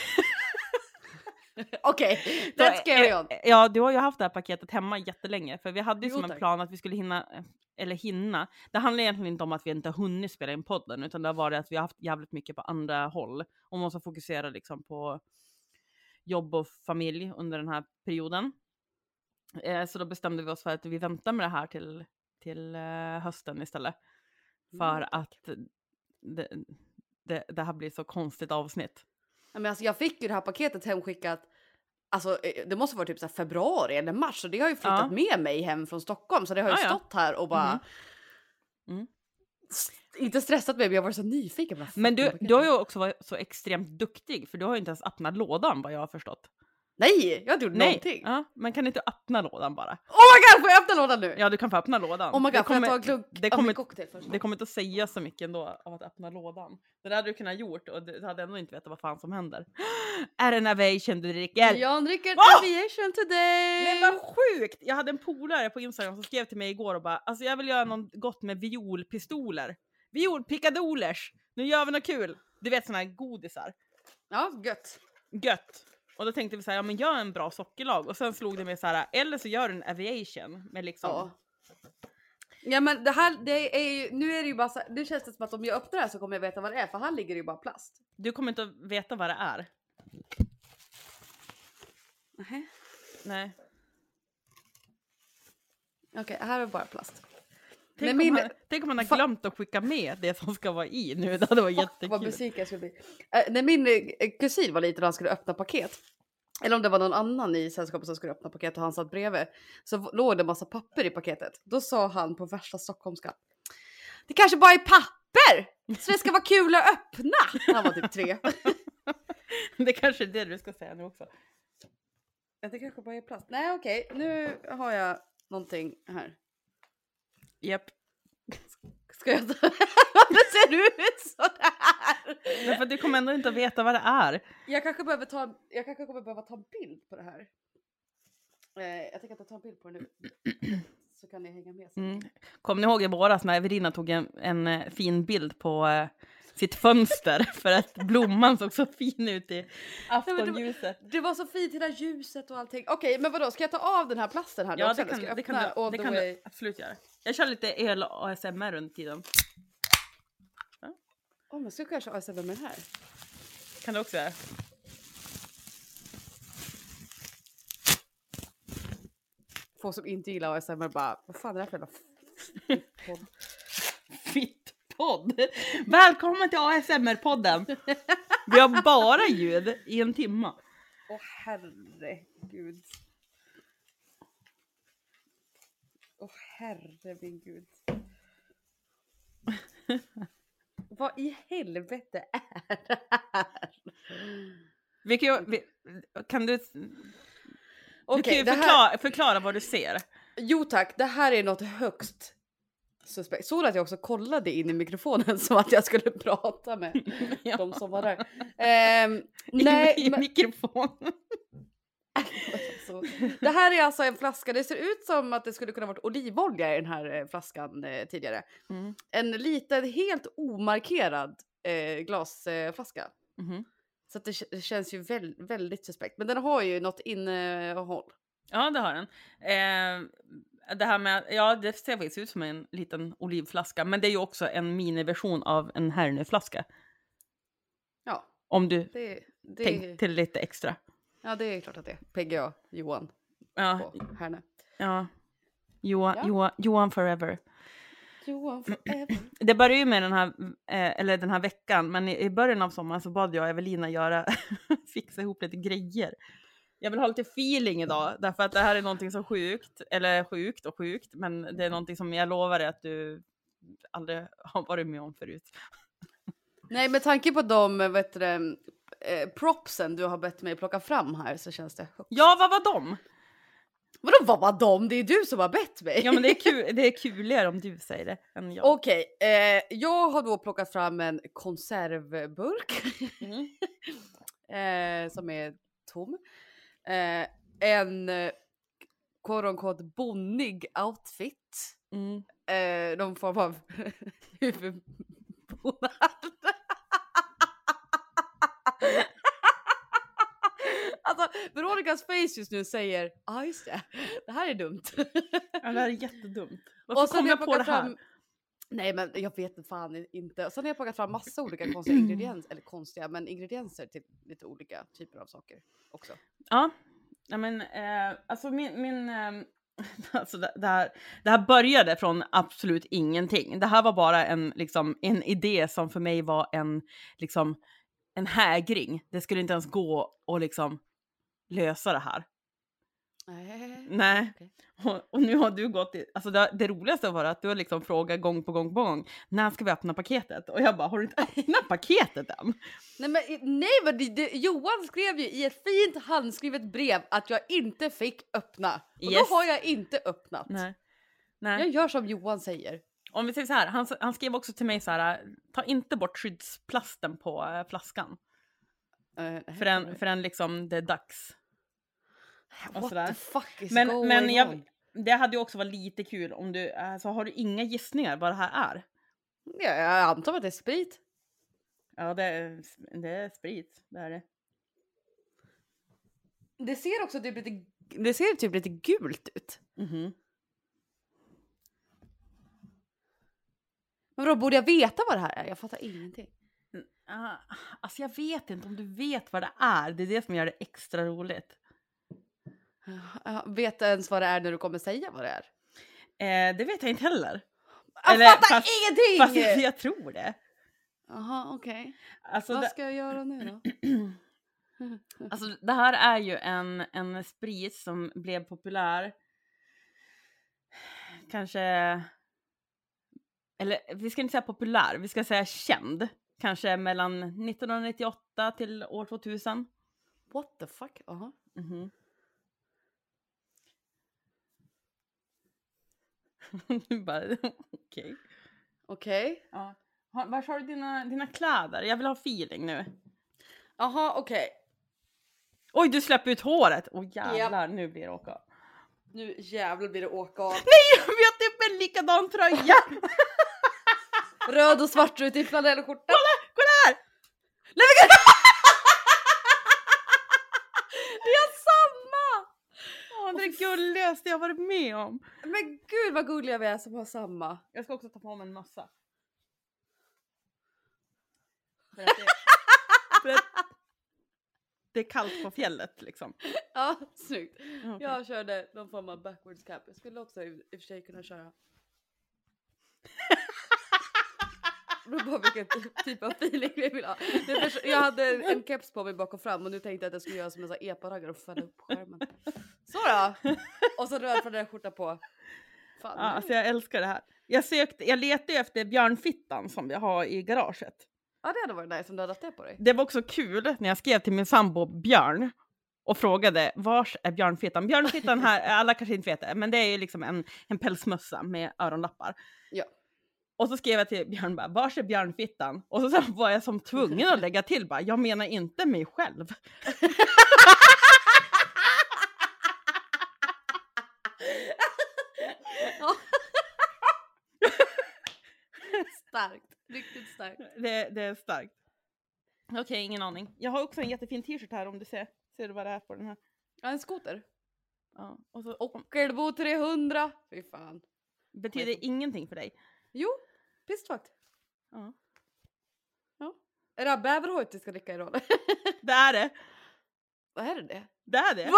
Okej, okay, let's carry on. Ja, du har ju haft det här paketet hemma jättelänge. För vi hade ju jo, som en plan att vi skulle hinna... Eller hinna. Det handlar egentligen inte om att vi inte har hunnit spela in podden. Utan det har varit att vi har haft jävligt mycket på andra håll. Och måste fokusera liksom på jobb och familj under den här perioden. Eh, så då bestämde vi oss för att vi väntar med det här till, till eh, hösten istället. För mm. att det, det, det här blir så konstigt avsnitt. Ja, men alltså, jag fick ju det här paketet hemskickat. Alltså det måste vara typ så här februari eller mars. Och det har ju flyttat ja. med mig hem från Stockholm. Så det har ju ja, stått ja. här och bara... Mm. Mm. Inte stressat mig, men jag var så nyfiken. Men du, du har ju också varit så extremt duktig. För du har ju inte ens öppnat lådan, vad jag har förstått. Nej, jag har inte gjort Nej. någonting. Ja, man kan inte öppna lådan bara. Oh my god, får jag öppna lådan nu? Ja, du kan få öppna lådan. Oh my god, det kommer, får jag ta en klunk det kommer, av cocktail först? Det kommer inte att säga så mycket ändå av att öppna lådan. Det där hade du kunnat gjort och du hade ändå inte vetat vad fan som händer. Är det en aviation du dricker? Jag dricker en oh! aviation today! Men vad sjukt! Jag hade en polare på Instagram som skrev till mig igår och bara, alltså jag vill göra något gott med violpistoler. Violpicadolers! Nu gör vi något kul! Du vet såna här godisar. Ja, gött. Gött. Och då tänkte vi så här, ja men gör en bra sockerlag. Och sen slog det med så här, eller så gör en aviation med liksom... Ja, ja men det här, det är ju, nu är det ju bara så, nu känns det som att om jag öppnar det här så kommer jag veta vad det är. För här ligger det ju bara plast. Du kommer inte att veta vad det är. Nej. Nej. Okej, okay, här är bara plast. Tänk, om min... man, tänk om man har glömt att skicka med det som ska vara i nu. Det hade varit jättekul. Vad besviken skulle bli. Äh, när min äh, kusin var liten och han skulle öppna paket. Eller om det var någon annan i sällskapet som skulle öppna paket och han satt bredvid. Så låg det en massa papper i paketet. Då sa han på värsta stockholmska. Det kanske bara är papper! Så det ska vara kul att öppna! Han var typ tre. Det kanske är det du ska säga nu också. Det kanske bara är plast. Nej okej, okay. Nu har jag någonting här. Japp. Ska jag ta... Varför ser du ut sådär? Men för du kommer ändå inte att veta vad det är. Jag kanske behöver ta, jag kanske kommer behöva ta en bild på det här. Eh, jag tänker att jag tar en bild på det nu. Så kan ni hänga med. Mm. Kom ni ihåg i våras när Evelina tog en, en, en fin bild på uh, sitt fönster för att blomman såg så fin ut i aftonljuset. Nej, det, det var så fint, hela ljuset och allting. Okej, okay, men vadå? Ska jag ta av den här plasten här? Ja, då? det kan, ska det kan, du, det kan är... du absolut göra. Jag kör lite el A S M R runt tiden. Åh, ja. oh, men ska jag kanske A S M R här? Kan du också göra? Folk som inte gillar A S M R bara, vad fan är det här för jävla fittpodd? Fittpodd? Välkommen till A S M R-podden. Vi har bara ljud i en timme. Åh herregud. Åh herre min gud. Vad i helvete är det här? Vi kan, ju, vi, kan du... Okay, du kan ju det förklara, här... förklara vad du ser. Jo tack, det här är något högst suspekt. Så att jag också kollade in i mikrofonen som att jag skulle prata med ja. de som var där. Um, nej, I, i men... mikrofonen. Så, det här är alltså en flaska. Det ser ut som att det skulle kunna varit olivolja i den här flaskan eh, tidigare. Mm. En liten, helt omarkerad eh, glasflaska. Eh, mm. Så att det, det känns ju väl, väldigt suspekt. Men den har ju något innehåll. Ja, det har den. Eh, det här med, ja, det ser faktiskt ut som en liten olivflaska. Men det är ju också en miniversion av en Hernöflaska. Ja. Om du det, det... tänkte lite extra. Ja, det är klart att det är. P G A, Johan. Ja. På Hernö. Ja. Johan, ja. Johan, Johan forever. Johan forever. Det började ju med den här, eh, eller den här veckan. Men i, i början av sommaren så bad jag Evelina göra, fixa ihop lite grejer. Jag vill ha lite feeling idag. Därför att det här är någonting så sjukt. Eller sjukt och sjukt. Men det är någonting som jag lovar dig att du aldrig har varit med om förut. Nej, med tanke på de, vet du, eh, propsen du har bett mig plocka fram här så känns det högst. Ja, vad var de? Vadå, vad var de? Det är du som har bett mig. Ja, men det är, kul, det är kuligare om du säger det än jag. Okej, okay, eh, jag har då plockat fram en konservburk. Mm. eh, som är tom. Eh, en eh, quote unquote bonnig outfit. Mm. Eh, någon form av huvudbonad. Alltså, Veronicas face just nu säger, ja ah, just det, det här är dumt. Ja, det här är jättedumt. Varför kom jag, jag på det här? Fram... Nej, men jag vet fan inte. Och sen har jag plockat fram massa olika konstiga ingredienser, eller konstiga, men ingredienser till lite olika typer av saker också. Ja, ja men eh, alltså min, min eh, alltså det, det, här, det här började från absolut ingenting. Det här var bara en, liksom, en idé som för mig var en, liksom, en hägring. Det skulle inte ens gå att liksom lösa det här. Nej. Nej. Okay. Och, och nu har du gått i, alltså det, det roligaste var att du har liksom frågat gång på gång på gång, när ska vi öppna paketet? Och jag bara, har du inte öppnat paketet än? Nej men, nej, men det, det, Johan skrev ju i ett fint handskrivet brev att jag inte fick öppna. Och yes. Då har jag inte öppnat. Nej. Nej. Jag gör som Johan säger. Om vi säger så här, han, han skrev också till mig så här, ta inte bort skyddsplasten på äh, flaskan. Uh, för den, för den liksom, det är dags. What the fuck is men, going men jag, on? Det hade ju också varit lite kul om du, alltså har du inga gissningar vad det här är? Ja, jag antar att det är sprit. Ja, det är, det är sprit, det är det. Det ser också typ lite, det ser typ lite gult ut. Mhm. Men då borde jag veta vad det här är? Jag fattar ingenting. Uh, alltså jag vet inte om du vet vad det är. Det är det som gör det extra roligt. Jag vet du ens vad det är när du kommer säga vad det är? Eh, det vet jag inte heller. Jag Eller, fattar fast, ingenting! Fast jag, jag tror det. Jaha, okej. Okay. Alltså, vad det, ska jag göra nu då? alltså det här är ju en, en sprit som blev populär. Kanske... Eller vi ska inte säga populär, vi ska säga känd. Kanske mellan nittonhundranittioåtta till år tvåtusen. What the fuck? Jaha. Uh-huh. Mhm. Okej. Okej. Okay. Ja. Var har du dina, dina kläder? Jag vill ha feeling nu. Jaha, okej. Okay. Oj, du släpper ut håret. Åh oh, jävlar, yep. Nu blir det åka av. Nu jävlar blir det åka av. Nej, jag vet typ en likadan tröja. Röd och svart ut i flanellskjorta. Kolla, kolla här. Nej, men gud. Vi har samma. Åh, det är det gulligaste jag varit med om. Men gud vad gulliga vi är som har samma. Jag ska också ta på mig en mössa. För att det, för att det är kallt på fjället liksom. Ja, snyggt. Okay. Jag körde någon form av backwards cap. Jag skulle också i, i och för sig kunna köra. Det beror på vilken typ av feeling vi vill ha. Jag hade en keps på mig bak och fram och nu tänkte jag att jag skulle göra som en sån här epa-raggare och fälla upp skärmen. Så då! Och så röd för den där skjorta på. Fan, ja, alltså jag älskar det här. Jag, sökte, jag letade efter björnfittan som vi har i garaget. Ja, det hade varit nice om du hade haft det på dig. Det var också kul när jag skrev till min sambo Björn och frågade, vars är björnfittan? Björnfittan här, alla kanske inte vet det, men det är ju liksom en, en pälsmössa med öronlappar. Ja. Och så skrev jag till Björn bara, vars är björnfittan? Och så, så var jag som tvungen att lägga till bara, jag menar inte mig själv. Starkt, riktigt starkt. Det, det är starkt. Okej, okay, ingen aning. Jag har också en jättefin t-shirt här om du ser. Ser du vad det är på den här? Ja, en skoter. Ja, och så Ockelbo trehundra. Fy fan. Betyder det ingenting för dig? Jo, pissfakt. Ja. Ja. Är det bäverhojt du ska dricka idag? Det är det. Vad är det det? Det är det. Va?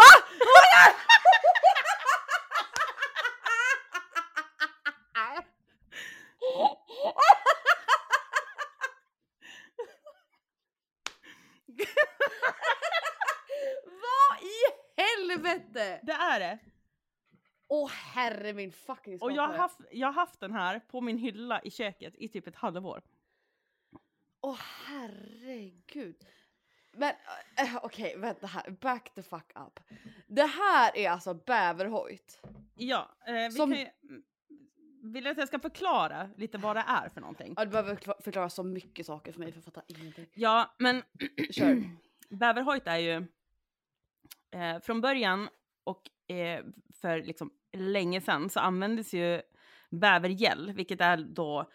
Vad i helvete? Det är det. Åh oh, herre min fucking skapare. Och jag har, haft, jag har haft den här på min hylla i köket i typ ett halvår. Åh oh, herregud. Men äh, okej, okay, vänta här. Back the fuck up. Det här är alltså bäverhojt. Ja, eh, vi Som... kan ju... Vill du att jag ska förklara lite vad det är för någonting? Ja, du behöver förklara så mycket saker för mig för att fatta ingenting. Ja, men... Kör. Bäverhojt är ju... Eh, från början och eh, för liksom länge sedan så användes ju bävergäll, vilket är då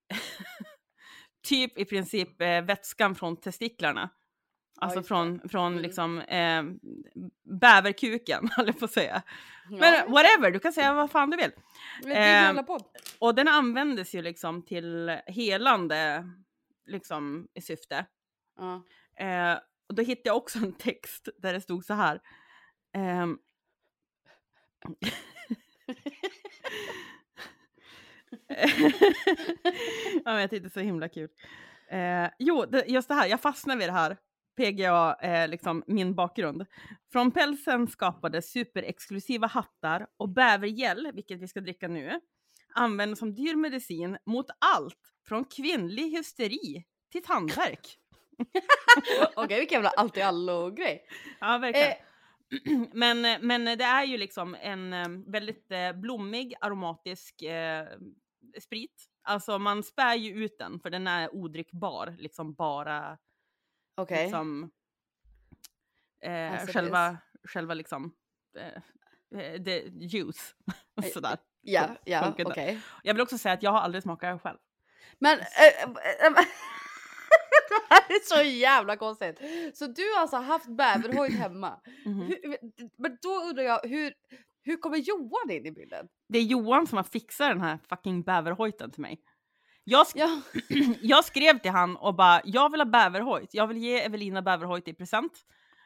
typ i princip eh, vätskan från testiklarna. Alltså ja, från, från mm. liksom eh, bäverkuken, håller på att säga. Ja. Men whatever, du kan säga vad fan du vill. Eh, och den användes ju liksom till helande liksom i syfte. Ja. Eh, och då hittade jag också en text där det stod så här. Um, ja, men jag tyckte det är så himla kul. Uh, jo, det, just det här. Jag fastnar vid det här. P G A, eh, liksom min bakgrund. Från pälsen skapades superexklusiva hattar och bävergäll, vilket vi ska dricka nu, används som dyr medicin mot allt från kvinnlig hysteri till tandvärk. Okej, okay, vilken jävla allt i allo grej. Ja, verkligen. Eh. Men, men det är ju liksom en väldigt blommig, aromatisk eh, sprit. Alltså man spär ju ut den för den är odrickbar. Liksom bara okay. liksom, eh, alltså själva, själva liksom eh, the juice. Sådär. Ja, ja, okej. Okay. Jag vill också säga att jag har aldrig smakat själv. Men... Äh, äh, äh, det här är så jävla konstigt. Så du har alltså haft bäverhojt hemma. Mm-hmm. Hur, men då undrar jag, hur, hur kommer Johan in i bilden? Det är Johan som har fixat den här fucking bäverhojten till mig. Jag, sk- ja. jag skrev till han och bara, jag vill ha bäverhojt. Jag vill ge Evelina bäverhojt i present.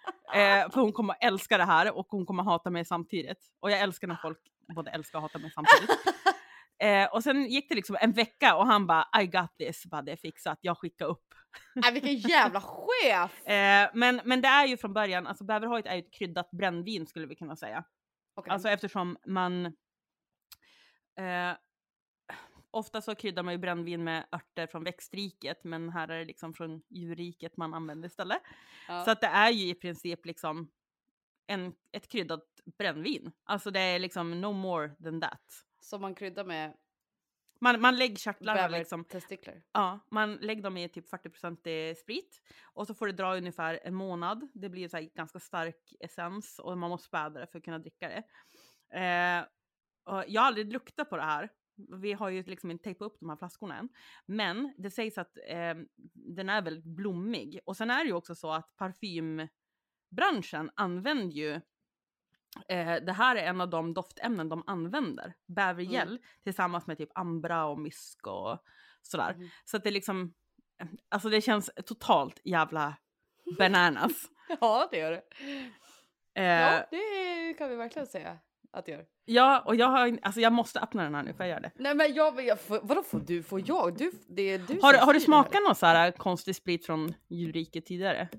Eh, för hon kommer att älska det här och hon kommer att hata mig samtidigt. Och jag älskar när folk både älskar och hatar mig samtidigt. Eh, och sen gick det liksom en vecka och han bara, I got this, bara det är fixat, jag skickar upp. Nej, vilken jävla chef! eh, men, men det är ju från början, alltså bäverhojt är ju ett kryddat brännvin skulle vi kunna säga. Okay. Alltså eftersom man eh, ofta så kryddar man ju brännvin med örter från växtriket, men här är det liksom från djurriket man använder istället. Ja. Så att det är ju i princip liksom en, ett kryddat brännvin. Alltså det är liksom no more than that. Så man kryddar med man, man lägger körtlarna liksom. Testiklar. Ja, man lägger dem i typ fyrtio procent sprit. Och så får det dra ungefär en månad. Det blir så här ganska stark essens. Och man måste späda det för att kunna dricka det. Eh, och jag har aldrig luktat på det här. Vi har ju liksom inte tejpat upp de här flaskorna än. Men det sägs att eh, den är väldigt blommig. Och sen är det ju också så att parfymbranschen använder ju Eh, det här är en av de doftämnen de använder. Bävergäll mm. tillsammans med typ ambra och mysk och sådär. Mm. Så att det liksom, alltså det känns totalt jävla bananas. Ja, det gör det. Eh, ja, det kan vi verkligen säga att det gör. Ja, och jag har, alltså jag måste öppna den här nu, för jag gör det. Nej, men jag, jag får, vadå får du, får jag? Du, det är du har, har du smakat någon så här konstig sprit från djurriket tidigare?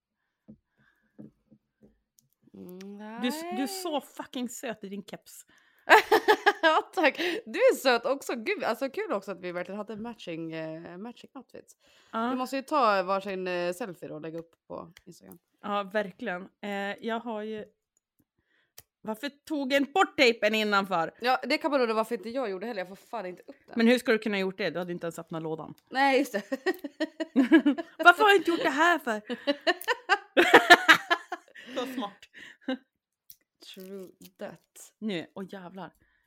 Nej. Du, du är så fucking söt i din keps. Ja, tack. Du är söt också. Gud, alltså kul också att vi verkligen hade matching, uh, matching outfits. Uh. Vi måste ju ta varsin uh, selfie då och lägga upp på Instagram. Ja, verkligen. Uh, jag har ju... Varför tog en bort tejpen innanför? Ja, det kan man undra varför inte jag gjorde heller. Jag får fan inte upp den. Men hur ska du kunna gjort det? Du hade inte ens öppnat lådan. Nej, just det. Varför har jag inte gjort det här för? Så smart. True that. Nu, åh jävlar.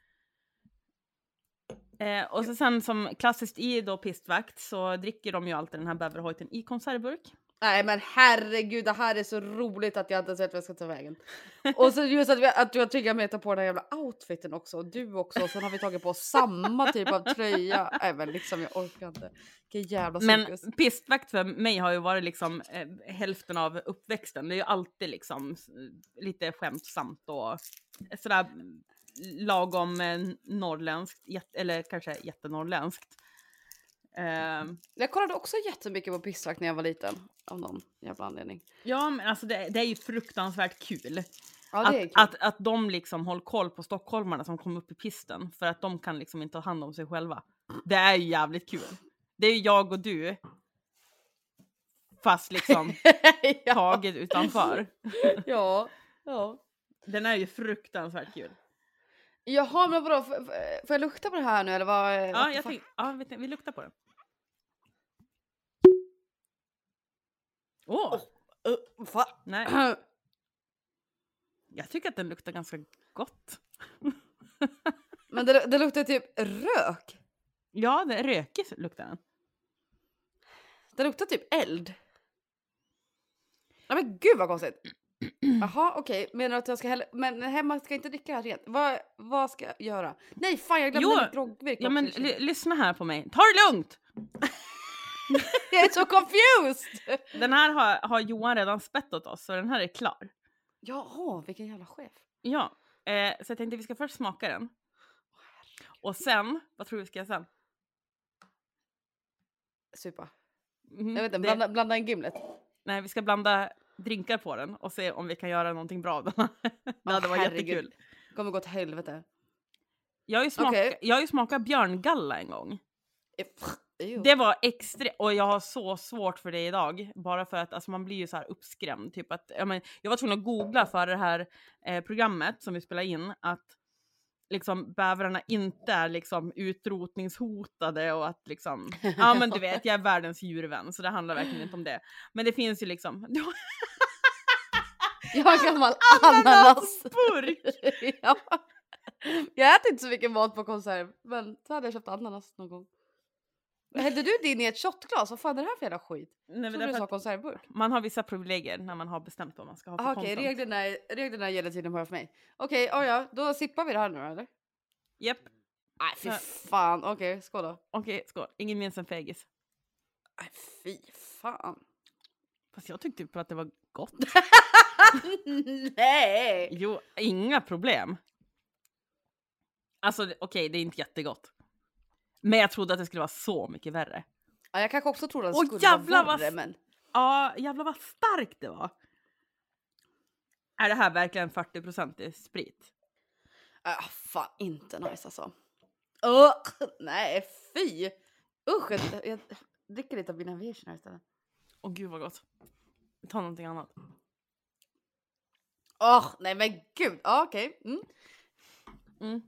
Eh, och så sen som klassiskt i då pistvakt så dricker de ju alltid den här bäverhojten i konservburk. Nej men herregud, det här är så roligt att jag inte vet vad jag ska ta vägen. Och så just att, vi, att du har triggat mig att ta på den här jävla outfiten också. Och du också. Och sen har vi tagit på samma typ av tröja. Nej men liksom jag orkar inte. Vilken jävla cirkus. Men pistvakt för mig har ju varit liksom eh, hälften av uppväxten. Det är ju alltid liksom lite skämtsamt och sådär lagom eh, norrländskt. Jät- eller kanske jättenorrländskt. Uh, jag kollade också jättemycket på pistvakt när jag var liten. Av någon jävla anledning. Ja men alltså det, det är ju fruktansvärt kul. Ja, det är att, kul. Att, att de liksom håller koll på stockholmarna som kommer upp i pisten. För att de kan liksom inte ta hand om sig själva. Det är ju jävligt kul. Det är ju jag och du. Fast liksom ja. Taget utanför. Ja, ja. Den är ju fruktansvärt kul. Jaha, men vadå? Får, får jag lukta på det här nu? Eller vad, ja, jag tänk, ja vi, vi luktar på det. Åh! Oh. Uh, va? Nej. Jag tycker att den luktar ganska gott. Men det, det luktar typ rök. Ja, det är rökig luktar den. Det luktar typ eld. Nej men gud vad konstigt. Jaha, okej. Okay. Menar du att jag ska hälla... Men hemma ska jag inte dricka rent. Vad, vad ska jag göra? Nej, fan jag glömde mitt groggvirk. Ja men l- lyssna här på mig. Ta det lugnt! Jag är så confused! Den här har, har Johan redan spett åt oss. Så den här är klar. Jaha, vilken jävla chef. Ja, eh, så jag tänkte vi ska först smaka den. Och sen, vad tror du vi ska göra sen? Supa. Mm, jag vet inte, det... blanda, blanda en gimlet. Nej, vi ska blanda drinkar på den. Och se om vi kan göra någonting bra av den. Det oh, hade varit herregud. Jättekul. Det kommer gå till helvete. Jag har ju smakat, okay. jag har ju smakat björngalla en gång. Ew. Det var extra, och jag har så svårt för det idag. Bara för att alltså, man blir ju så här uppskrämd. Typ att, jag, men, jag var tvungen att googla för det här eh, programmet som vi spelar in. Att liksom bävrarna inte är liksom utrotningshotade. Och att liksom, ja men du vet, jag är världens djurvän. Så det handlar verkligen inte om det. Men det finns ju liksom... Jag har en gammal ananasburk. Ja. Jag äter inte så mycket mat på konserv. Men så hade jag köpt ananas någon gång. Hällde du din i ett shotglas? Vad fan är det här för jävla skit? Nej, men du sa konservburk. Man har vissa privilegier när man har bestämt vad man ska ha för ah, Okej, okay. reglerna, reglerna gäller tydligen bara för mig. Okej, okay, oh ja, då sippar vi det här nu eller? Japp. Nej, fy fan. Okej, okay, skål då. Okej, okay, skål. Ingen minns en fegis. Nej, fy fan. Fast jag tyckte på att det var gott. Nej! Jo, inga problem. Alltså okej, okay, det är inte jättegott. Men jag trodde att det skulle vara så mycket värre. Ja, jag kanske också trodde att det Åh, skulle jävlar vara värre, vad... men... Ja, jävlar vad starkt det var. Är det här verkligen fyrtio procent i sprit? Ah, fan, inte nice alltså. Uh, nej, fy! Usch, jag, jag dricker lite av mina Vision här istället. Åh gud vad gott. Ta någonting annat. Åh, oh, nej men gud. Ah, okej. Okay. Mm. Mm.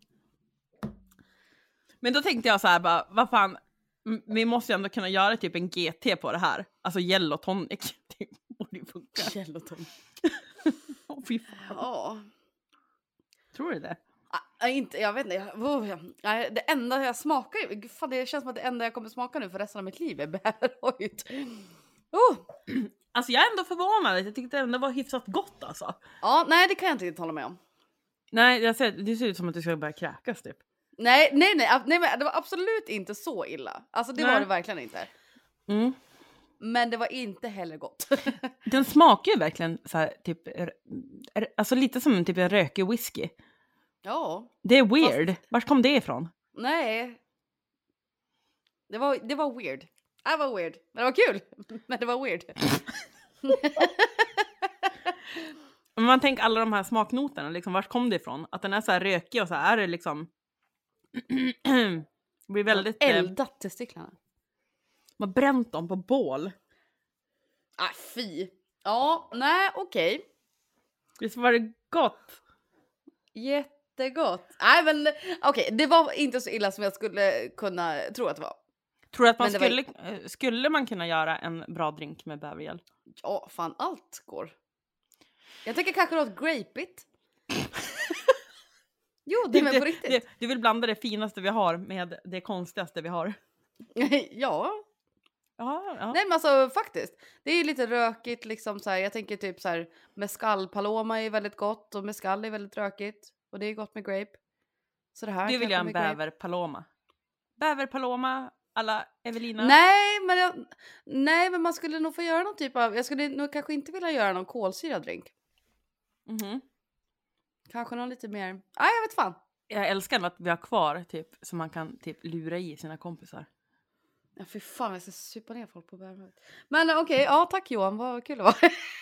Men då tänkte jag så här bara, vad fan, vi måste ju ändå kunna göra typ en G T på det här. Alltså yellow tonic. Det borde ju funka. Yellow tonic. Åh fy fan. Ja. Tror du det? Ah, inte, jag vet inte. Jag, oh, jag, det enda jag smakar, fan, det känns som att det enda jag kommer smaka nu för resten av mitt liv är bärhojt. Oh. Alltså jag är ändå förvånad. Jag tyckte ändå det var hyfsat gott alltså. Ja, nej det kan jag inte riktigt hålla med om. Nej, jag ser, det ser ut som att du ska börja kräkas typ. Nej, nej, nej, nej, men det var absolut inte så illa. Alltså det nej. var det verkligen inte. Mm. Men det var inte heller gott. Den smakar ju verkligen så här, typ, alltså lite som typ en rökig whisky. Ja. Det är weird. Fast... Vart kom det ifrån? Nej. Det var, det var weird. Det var weird. Men det var kul. Men det var weird. Men man tänker alla de här smaknoterna, liksom, vart kom det ifrån? Att den är så här rökig och så här är det liksom... det blir väldigt... Eldat testiklarna. Man bränt dem på bål. Ah, fy. Ja, nej, okej. Okay. Visst var det gott? Jättegott. Nej, men okej. Okay. Det var inte så illa som jag skulle kunna tro att det var. Tror du att man skulle, var... skulle man kunna göra en bra drink med bävergäll? Ja, fan allt går. Jag tänker kanske något grapeigt. Jo, det är med på riktigt. Du, du vill blanda det finaste vi har med det konstigaste vi har. Ja. Ja, ja. Nej men alltså faktiskt. Det är lite rökigt liksom så här. Jag tänker typ så här. Mescal paloma är väldigt gott. Och mescal är väldigt rökigt. Och det är gott med grape. Så det här du vill göra en bäver paloma. Bäver paloma alla Evelina. Nej men jag, nej men man skulle nog få göra någon typ av. Jag skulle nog kanske inte vilja göra någon kolsyrad drink. Mhm. Kanske någon lite mer. Nej jag vet fan. Jag älskar att vi har kvar typ som man kan typ lura i sina kompisar. Ja fy fan jag ska supa ner folk på bärmötet. Men okej, okay, ja tack Johan, vad kul det var.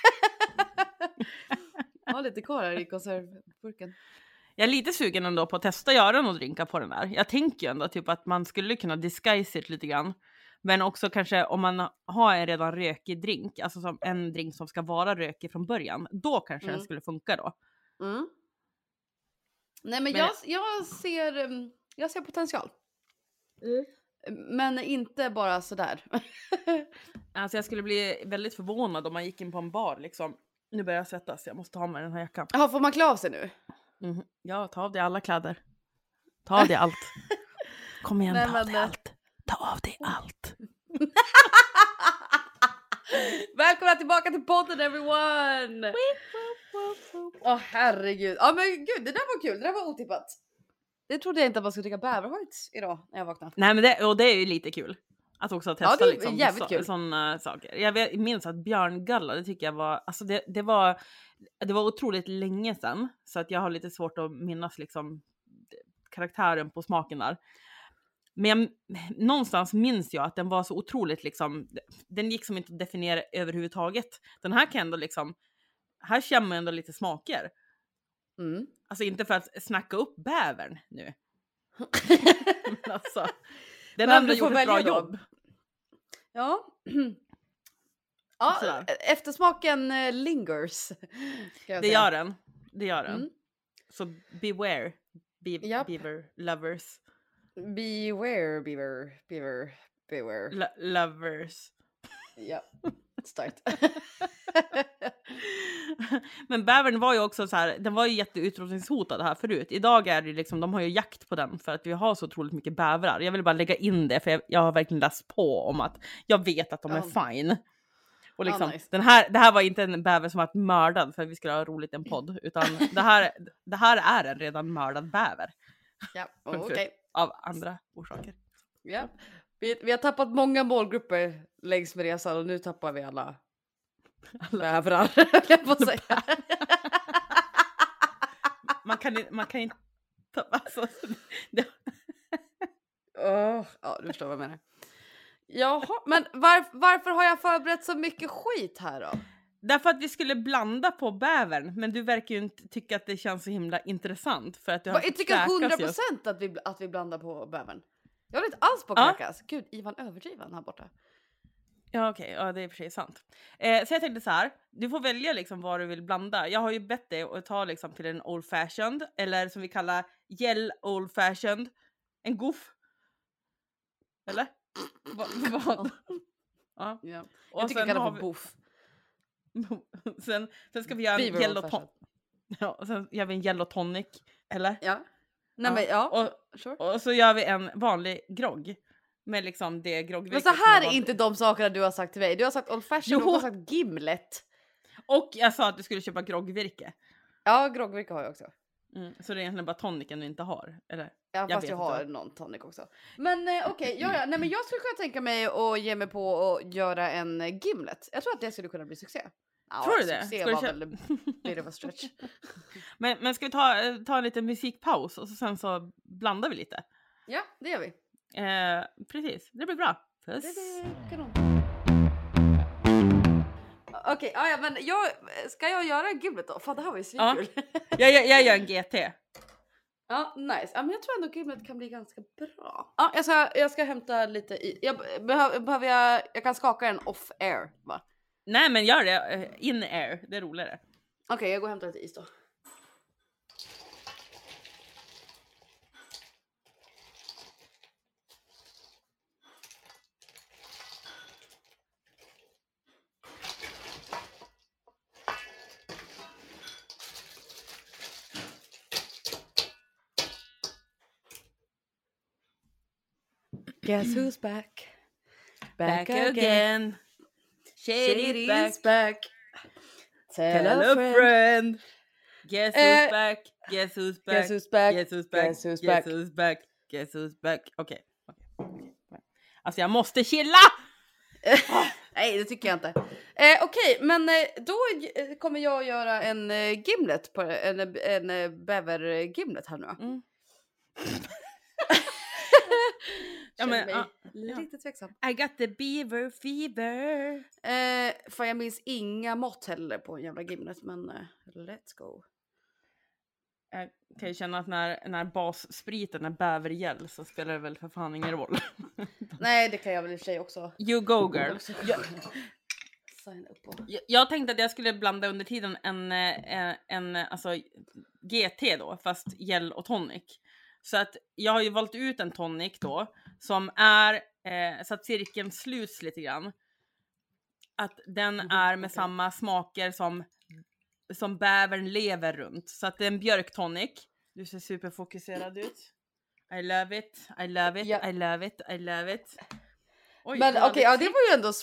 Jag har lite kvar här i konservburken. Jag är lite sugen ändå på att testa göra något drinka på den där. Jag tänker ju ändå typ att man skulle kunna disguise it lite grann. Men också kanske om man har en redan rökig drink. Alltså som en drink som ska vara rökig från början. Då kanske mm. den skulle funka då. Mm. Nej men, men jag, jag, ser, jag ser potential. Mm. Men inte bara sådär. Alltså jag skulle bli väldigt förvånad om man gick in på en bar liksom. Nu börjar jag svettas, jag måste ha med den här jackan. Ja, får man klä av sig nu? Mm. Ja, ta av dig alla kläder. Ta av dig allt. Kom igen, Nej, ta men, av dig allt. Ta av dig allt. Välkomna tillbaka till podden everyone! Åh oh, herregud. Ja men gud, det där var kul, det där var otippat. Det trodde jag inte att man skulle dricka bäverhojt idag när jag vaknade. Nej men det, och det är ju lite kul. Att också testa ja, liksom, så, sådana saker. Jag vet, minns att björngalla, det tycker jag var, alltså det, det var, det var otroligt länge sedan. Så att jag har lite svårt att minnas liksom karaktären på smaken där. Men jag, någonstans minns jag att den var så otroligt liksom, den gick som inte att definiera överhuvudtaget. Den här kan ändå liksom, här känner man ändå lite smaker. Mm. Alltså inte för att snacka upp bävern nu. Men alltså, den andra gjort ett bra jobb. Då. Ja. Ja, sådär. Eftersmaken uh, lingers. Det gör den. Det gör den. Mm. Så beware, be yep. beaver lovers. Beware, beaver, beaver, beware. L- lovers. Ja, start. Men bävern var ju också så här, den var ju jätteutrotningshotad här förut. Idag är det liksom, de har ju jakt på den för att vi har så otroligt mycket bävrar. Jag vill bara lägga in det för jag, jag har verkligen läst på om att jag vet att de är oh. fine. Och liksom, oh, nice. den här, det här var inte en bäver som var mördad för att vi skulle ha roligt i en podd. Utan det här, det här är en redan mördad bäver. Ja, oh, okej. Okay. Av andra orsaker. Ja, vi, vi har tappat många målgrupper längs med resan och nu tappar vi alla Bävrar, jag får säga. Man kan, man kan inte... Alltså, det... oh, ja, du förstår vad jag menar. Jaha, men var, varför har jag förberett så mycket skit här då? Därför att vi skulle blanda på bävern, men du verkar ju inte tycka att det känns så himla intressant. För att du har jag tycker hundra procent att vi, att vi blandar på bävern. Jag vill inte alls på kräkas. Ja. Gud, Ivan överdriven här borta. Ja okej, okay. Ja det är för sig sant. Eh, så jag tänkte så här, du får välja liksom vad du vill blanda. Jag har ju bett dig att ta liksom till en old fashioned, eller som vi kallar gel old fashioned. En goof. Eller? Va, vad? Ja. Ja. Jag och tycker jag kallar det för boof. sen, sen ska vi göra en yellow ton- ja, och sen gör vi en yellow tonic, eller? Ja. Nej, ja. Men, ja. Och, sure. Och så gör vi en vanlig grogg. Med liksom det groggvirket. Men så här är inte de sakerna du har sagt till mig. Du har sagt old fashion och du har sagt gimlet. Och jag sa att du skulle köpa groggvirke. Ja, groggvirke har jag också. Mm, så det är egentligen bara tonicen du inte har, eller? Ja, fast jag, jag har inte. Någon tonic också. Men eh, okej, okay, ja, nej men jag skulle kunna tänka mig att ge mig på att göra en gimlet. Jag tror att det skulle kunna bli succé. Ja, tror du det? Succé var väl en bit of a stretch. men, men ska vi ta, ta en liten musikpaus och så sen så blandar vi lite? Ja, det gör vi. Eh, precis, det blir bra. Puss. Det blir kanon. Okej, okay, ja, men jag, ska jag göra en gimlet då? Fan, det här var ju svinkul. Ja. jag, jag, jag gör en G T. Ja, nice. Ja, men jag tror ändå gimlet kan bli ganska bra. Ja, jag ska, jag ska hämta lite i. Jag behöver, behöver jag, jag kan skaka den off air, va? Nej, men gör det. In air, det är roligare. Okej, okay, jag går och hämtar lite is då. Guess who's back? Back, back again. again. Shady's back. back. Tell, Tell a friend. friend. Guess who's uh, back? Guess who's back? Guess who's back? Guess who's back? Guess who's back? Guess who's back? Guess who's back? Okej. Okay. Okay. Okay. Alltså jag måste chilla! Nej, det tycker jag inte. Eh, Okej, okay, men eh, då kommer jag göra en eh, gimlet på en, en, en bäver-gimlet här nu. Mm. Ja, men, uh, lite tveksam. I got the beaver fever. Eh, för jag minns inga mått heller på en jävla gimlet, men uh, let's go. Jag kan ju känna att när, när basspriten är bävergäll så spelar det väl för fan ingen roll. Nej, det kan jag väl i och för sig också. You go girl. Jag, Sign up jag, jag tänkte att jag skulle blanda under tiden en, en, en alltså, G T då, fast gel och tonic. Så att jag har ju valt ut en tonic då som är eh, så att cirkeln sluts lite grann. Att den mm, är med okay. samma smaker som som bävern lever runt. Så att det är en björktonic. Du ser superfokuserad ut. I love it. I love it. Ja. I love it. I love it. Oj, men okej, okay, ja, det var ju ändå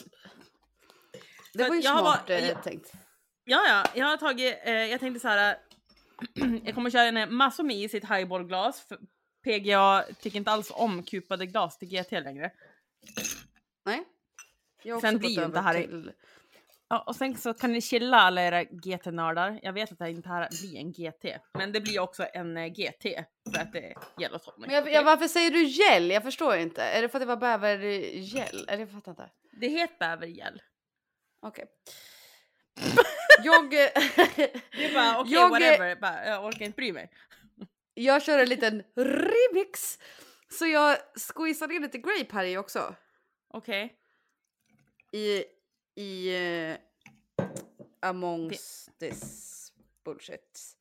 det var ju jag smart var, jag, tänkt. Ja, ja. Jag har tagit eh, jag tänkte så här jag kommer köra en massor med is i ett highballglas. För P G A tycker inte alls om kupade glas till G T längre. Nej. Jag sen blir ju inte här till... Ja, och sen så kan ni chilla alla era G T-nördar. Jag vet att det inte här blir en G T. Men det blir också en uh, G T. För att det är gel och sånt. Men jag, jag, varför säger du gel? Jag förstår inte. Är det för att det var bävergel? Är det fattar inte? Det heter bävergel. Okej. Okay. jag... Det är bara, okej, okay, whatever. Bara, jag orkar inte bry mig. Jag kör en liten remix. Så jag squeezar in lite grape här i också. Okej. Okay. I... I... Uh, amongst det... this bullshit.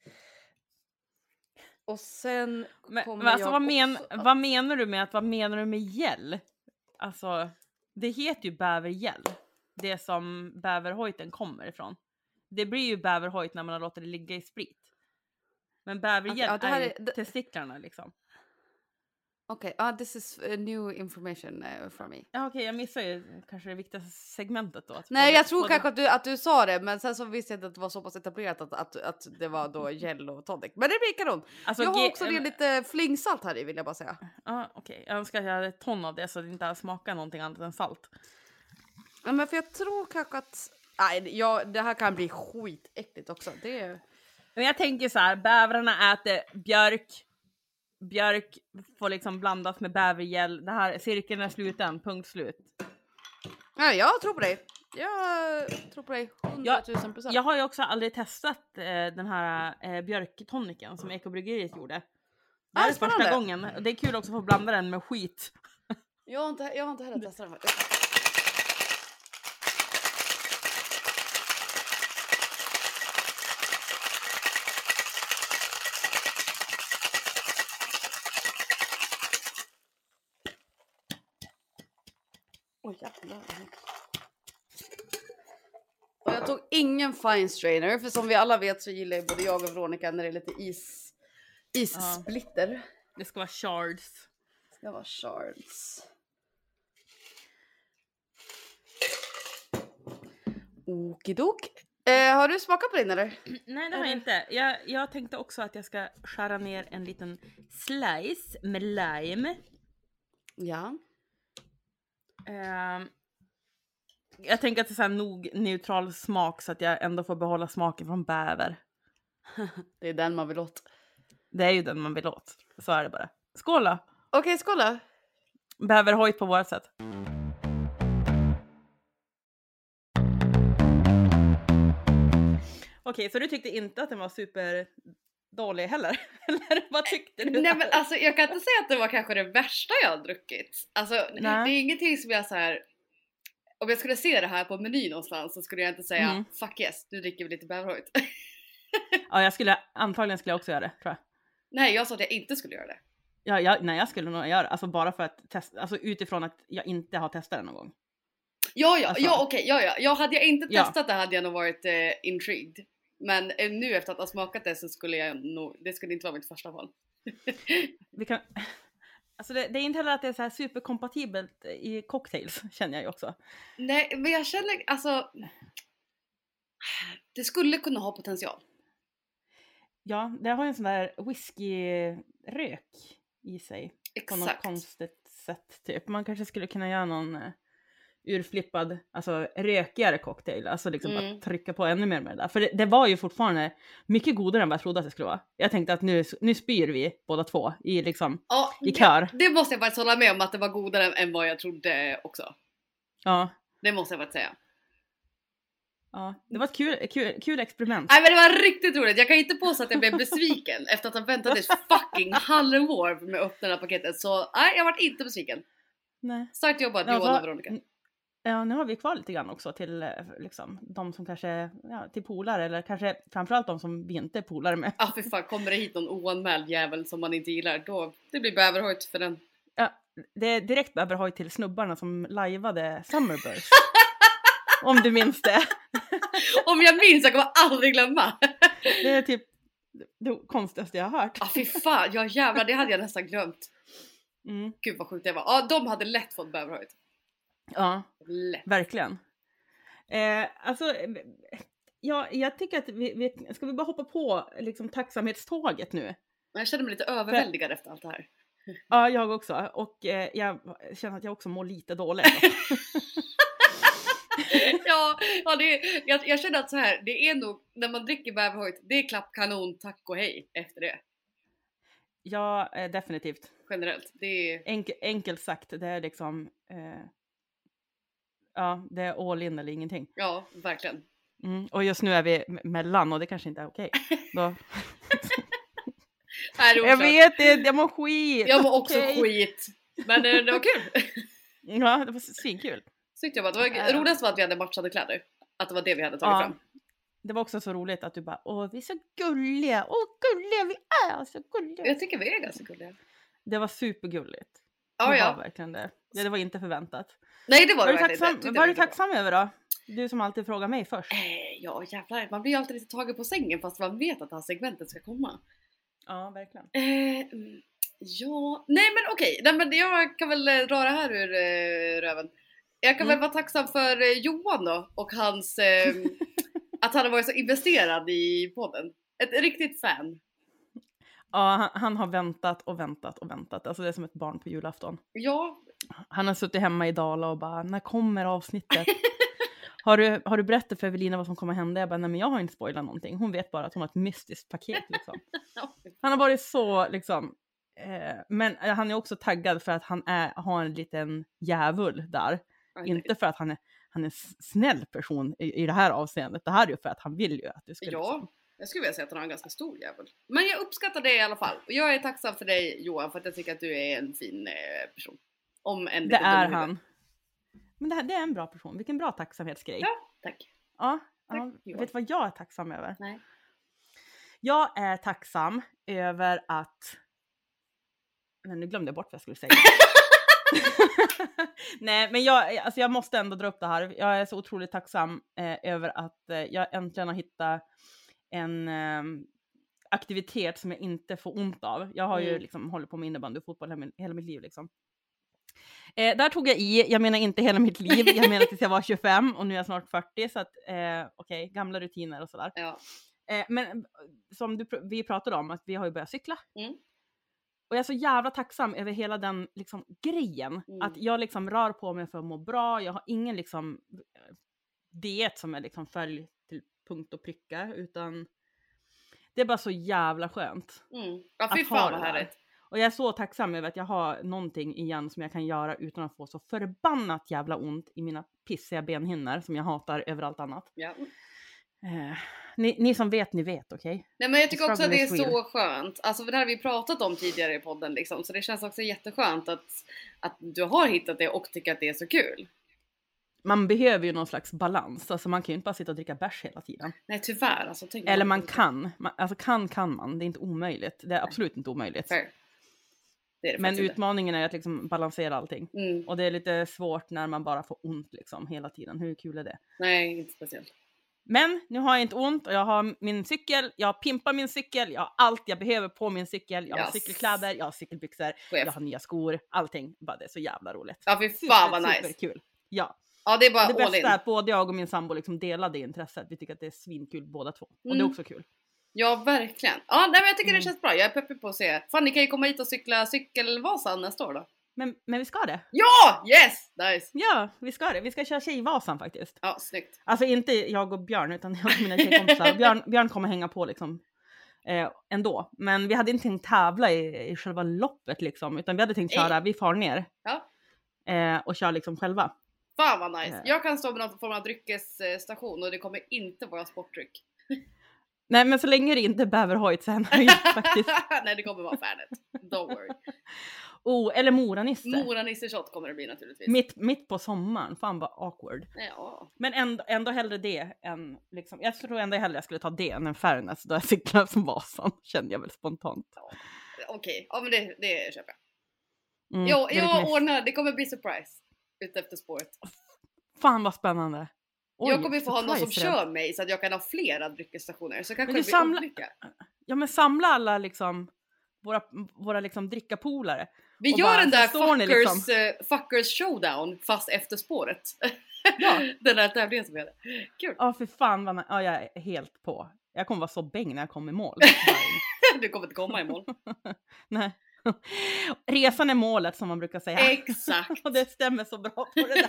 Och sen men, kommer alltså, jag vad, men, också... vad menar du med att vad menar du med gel? Alltså, det heter ju bävergel. Det som bäverhojten kommer ifrån. Det blir ju bäverhojt när man har låtit det ligga i sprit. Men bävergel okay, ja, är ju det... testiklarna liksom. Okej, okay, uh, this is new information uh, for me. Ja, okej, okay, jag missar ju kanske det viktigaste segmentet då. Nej, jag tror kanske att du, att du sa det, men sen så visste jag inte att det var så pass etablerat att, att, att det var då gel och tonic. Men det blir kanon. Alltså, jag har också ge- lite flingsalt här i, vill jag bara säga. Ja, uh, okej. Okay. Jag önskar att jag hade ett ton av det så att det inte smakar någonting annat än salt. Ja, men för jag tror kanske att Nej, ja, det här kan bli skitäckligt också. Det är... Men jag tänker så här, bävrarna äter björk. Björk får liksom blandas med bävergäll. Det här cirkeln är sluten, punkt slut. Nej, jag tror på dig. Jag tror på dig hundratusen procent. Jag har ju också aldrig testat eh, den här eh, björktoniken som Ekobryggeriet gjorde. Det här Ah, är första gången. Det är kul också att få blanda den med skit. Jag har inte, jag har inte heller testat den. Oj, jävlar. Och jag tog ingen fine strainer, för som vi alla vet så gillar ju både jag och Veronica när det är lite is, issplitter. Ja. Det ska vara shards. Det ska vara shards. Okidok. Eh, har du smakat på din eller? Nej, det har jag inte. Jag, jag tänkte också att jag ska skära ner en liten slice med lime. Ja. Uh, jag tänker att det är så här nog neutral smak så att jag ändå får behålla smaken från bäver. Det är den man vill åt. Det är ju den man vill åt. Så är det bara. Skål då! Okej, okay, skål då! Bäverhojt på vårt sätt. Okej, okay, så du tyckte inte att den var super dålig heller? Eller vad tyckte du? Nej, men alltså jag kan inte säga att det var kanske det värsta jag har druckit. Alltså Nej. Det är ingenting som jag så här. Om jag skulle se det här på menyn någonstans så skulle jag inte säga mm. fuck yes, nu dricker vi lite bäverhojt. Ja, jag skulle antagligen skulle jag också göra det, tror jag. Nej, jag sa att jag inte skulle göra det. Ja, jag, nej, jag skulle nog göra det. Alltså bara för att testa, alltså utifrån att jag inte har testat det någon gång. Ja, ja, alltså, ja, okej, okay, ja, ja. Jag hade jag inte testat ja. det hade jag nog varit eh, intrigued. Men eh, nu efter att ha smakat det så skulle jag nog, det skulle inte vara mitt första val. Vi kan, alltså det, det är inte heller att det är så här superkompatibelt i cocktails, känner jag ju också. Nej, men jag känner, alltså, det skulle kunna ha potential. Ja, det har ju en sån där whiskyrök i sig. Exakt. På något konstigt sätt typ. Man kanske skulle kunna göra någon uh, urflippad, alltså rökigare cocktail. Alltså liksom mm. att trycka på ännu mer med det där. För det, det var ju fortfarande mycket godare än vad jag trodde att det skulle vara. Jag tänkte att nu, nu spyr vi båda två i liksom, ja, i kör. Det, det måste jag faktiskt hålla med om att det var godare än vad jag trodde också. Ja. Det måste jag faktiskt säga. Ja, det var ett kul, kul, kul experiment. Nej, men det var riktigt roligt. Jag kan inte påstå att jag blev besviken efter att ha väntat ett fucking halvår med att öppna det här paketet. Så nej, jag var inte besviken. Nej. Starkt jobbat ja, Johan och Veronica. Ja, nu har vi kvar lite grann också till liksom, de som kanske, ja, till polare eller kanske framförallt de som vi inte är polare med. Ja, för fan, kommer det hit någon oanmäld jävel som man inte gillar, då det blir bäverhojt för den. Ja, det är direkt bäverhojt till snubbarna som lajvade Summerburst. Om du minns det. Om jag minns, jag kommer aldrig glömma. Det är typ det konstigaste jag har hört. Ja, fy fan, ja jävlar, det hade jag nästan glömt. Mm. Gud vad sjukt det var. Ja, de hade lätt fått bäverhojt. Ja, lätt. Verkligen. Eh, alltså, ja, jag tycker att vi, vi, ska vi bara hoppa på liksom tacksamhetståget nu? Jag känner mig lite överväldigad för... efter allt det här. Ja, jag också. Och eh, jag känner att jag också mår lite dåligt. ja, ja det är, jag, jag känner att så här, det är nog, när man dricker bäverhojt, det är klapp, kanon, tack och hej efter det. Ja, eh, definitivt. Generellt. Det är... Enkel, enkelt sagt, det är liksom, eh, ja, det är all in eller ingenting. Ja, verkligen. Mm, och just nu är vi mellan och det kanske inte är okej. Då... jag vet det, jag mår skit. Jag mår också okay. skit. Men det, det var kul. Ja, det var svinkul. Tyckte jag bara, det var roligast var att vi hade matchade kläder. Att det var det vi hade tagit ja. fram. Det var också så roligt att du bara, åh vi är så gulliga. Åh gulliga vi är, så gulliga. Jag tycker vi är ganska gulliga. Det var supergulligt. Ja, det ja. var verkligen det. Det, det var inte förväntat. Nej, det var, var det verkligen tacksam, inte. Var du tacksam bra. över då? Du som alltid frågar mig först. Eh, ja jävlar, man blir ju alltid lite tagen på sängen fast man vet att det här segmentet ska komma. Ja, verkligen. Eh, ja, nej men okej. Nej, men jag kan väl dra det här ur eh, röven. Jag kan mm. väl vara tacksam för eh, Johan då och hans eh, att han har varit så investerad i podden. Ett riktigt fan. Ja, han, han har väntat och väntat och väntat. Alltså det är som ett barn på julafton. Ja. Han har suttit hemma i Dala och bara, när kommer avsnittet? Har du, har du berättat för Evelina vad som kommer hända? Jag bara, nej men jag har inte spoilat någonting. Hon vet bara att hon har ett mystiskt paket liksom. Han har varit så liksom... Eh, men han är också taggad för att han är, har en liten djävul där. Okay. Inte för att han är, han är snäll person i, i det här avseendet. Det här är ju för att han vill ju att du ska... Ja, liksom... jag skulle vilja säga att han har en ganska stor djävul. Men jag uppskattar det i alla fall. Och jag är tacksam för dig Johan, för att jag tycker att du är en fin eh, person. Om en det är han. Men det, här, det är en bra person. Vilken bra tacksamhetsgrej. Ja, tack. Ja, tack, ja. Vet du vad jag är tacksam över? Nej. Jag är tacksam över att... Men nu glömde jag bort vad jag skulle säga. Nej, men jag, alltså jag måste ändå dra upp det här. Jag är så otroligt tacksam eh, över att eh, jag äntligen har hittat en eh, aktivitet som jag inte får ont av. Jag har mm. ju liksom hållit på med innebandy och fotboll hela, hela mitt liv liksom. Eh, där tog jag i, jag menar inte hela mitt liv, jag menar tills jag var tjugofem och nu är jag snart fyrtio, så att eh, okej, okay, gamla rutiner och sådär. Ja. Eh, men som du, vi pratade om, att vi har ju börjat cykla. Mm. Och jag är så jävla tacksam över hela den liksom, grejen. Mm. Att jag liksom rör på mig för att må bra. Jag har ingen liksom, diet som är liksom, följ till punkt och pricka. Utan det är bara så jävla skönt. Mm. Ja, fy fan vad härligt. Och jag är så tacksam över att jag har någonting igen som jag kan göra utan att få så förbannat jävla ont i mina pissiga benhinnor som jag hatar över allt annat. Ja. Eh, ni, ni som vet, ni vet, okej? Okay? Nej, men jag tycker också att det är så skönt. Alltså det här har vi pratat om tidigare i podden liksom. Så det känns också jätteskönt att, att du har hittat det och tycker att det är så kul. Man behöver ju någon slags balans. Alltså man kan ju inte bara sitta och dricka bärs hela tiden. Nej, tyvärr. Alltså, tänk Eller man kan. Man, alltså kan kan man. Det är inte omöjligt. Det är absolut inte omöjligt. Fair. Det är det men utmaningen är att liksom balansera allting. Mm. Och det är lite svårt när man bara får ont liksom hela tiden. Hur kul är det? Nej, inte speciellt. Men nu har jag inte ont och jag har min cykel, jag pimpar min cykel, jag har allt jag behöver på min cykel, jag yes. har cykelkläder, jag har cykelbyxor, Chef. jag har nya skor, allting. Bara det är så jävla roligt. Ja, fy fan vad nice. Superkul. Ja. Ja, det är bara det bästa in. är att både jag och min sambo liksom delar det intresset. Vi tycker att det är svinkul båda två. Och mm. det är också kul. Ja, verkligen. Ja, nej, men jag tycker mm. det känns bra. Jag är peppig på att se. Fan, ni kan ju komma hit och cykla cykelvasan nästa år då. Men, men vi ska det. Ja! Yes! Nice! Ja, vi ska det. Vi ska köra Tjejvasan faktiskt. Ja, snyggt. Alltså inte jag och Björn, utan jag och mina tjejkompisar. Björn, Björn kommer hänga på liksom eh, ändå. Men vi hade inte tänkt tävla i, i själva loppet liksom. Utan vi hade tänkt köra, vi far ner. Ja. Eh, och köra liksom själva. Fan vad nice. Eh. Jag kan stå med någon form av dryckesstation och det kommer inte vara sportdryck. Nej, men så länge det inte är bäverhojt så händer faktiskt. Nej, det kommer vara färdigt. Don't worry. Oh, eller Moranisse. Moranisse shot kommer det bli naturligtvis. Mitt, mitt på sommaren, fan vad awkward. Ja. Men ändå, ändå hellre det än liksom, jag tror ändå hellre jag skulle ta det än en Fairness då jag cyklar som Vasan, kände jag väl spontant. Ja. Okej, okay. Ja men det, det köper jag. Mm, jo, jag ordnar, det kommer bli surprise ut efter spåret. Fan vad spännande. Oj, jag kommer få ha någon som kör mig så att jag kan ha flera dryckesstationer. Så kanske det blir samla... olika. Ja men samla alla liksom våra, våra liksom drickapolare. Vi gör bara, den där fuckers, liksom... uh, fuckers showdown fast efter spåret. Ja. Den där tävlingen som vi hade. Kul. Ja för fan vad ja, jag är helt på. Jag kommer vara så bäng när jag kommer i mål. Du kommer inte komma i mål. Nej. Resan är målet som man brukar säga. Exakt. Och det stämmer så bra på det där.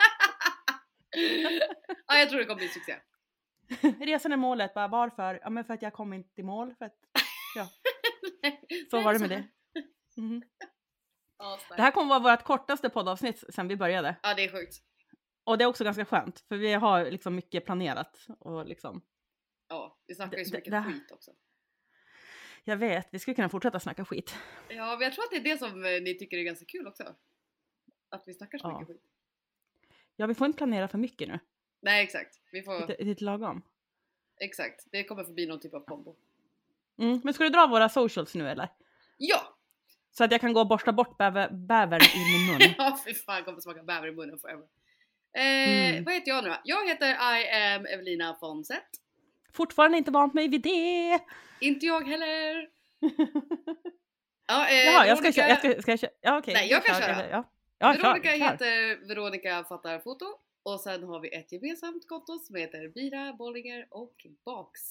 Ja, jag tror det kommer bli succé. Resan är målet, bara varför? Ja, men för att jag kom inte i mål. För att, ja. Så var det med det. Mm. Ja, det här kommer vara vårt kortaste poddavsnitt sen vi började. Ja, det är sjukt. Och det är också ganska skönt, för vi har liksom mycket planerat. Och liksom... Ja, vi snackar ju så det, mycket det, skit också. Jag vet, vi skulle kunna fortsätta snacka skit. Ja, men jag tror att det är det som ni tycker är ganska kul också. Att vi snackar så ja. mycket skit. Ja, vi får inte planera för mycket nu. Nej, exakt. Vi får... Det är lite lagom. Exakt. Det kommer förbi någon typ av kombo. Mm. Men ska du dra våra socials nu, eller? Ja! Så att jag kan gå och borsta bort bäver, bävern i min mun. Ja, fy fan. Jag kommer smaka bäver i munnen forever. Eh, mm. Vad heter jag nu då? Jag heter I am Evelina Fonseth. Fortfarande inte vant mig vid det. Inte jag heller. Ja, eh, Jaha, jag ska Veronica... köra. Jag ska, ska jag köra. Ja, okej. Nej, jag kan köra. Eller, ja. Ja, Veronica kör, kör. heter Veronica Fattar Foto. Och sen har vi ett gemensamt konto som heter Bira, Bollinger och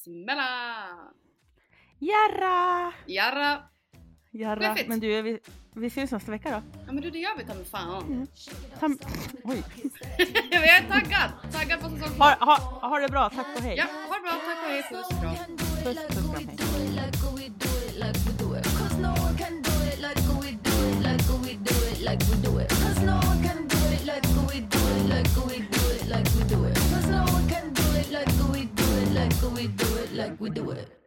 Baksmälla. Jarra! Jarra! Jarra. Men du, är vi, Vi ses nästa vecka då. Ja men du, det gör vi, ta med fan. Mm. Tam... Oj. Jag är taggad. Taggad på säsong två. Ha, ha, ha det bra, tack och hej. Ja, ha det bra, tack och hej. Puss och kram. Puss, puss och kram, hej. Like we do it.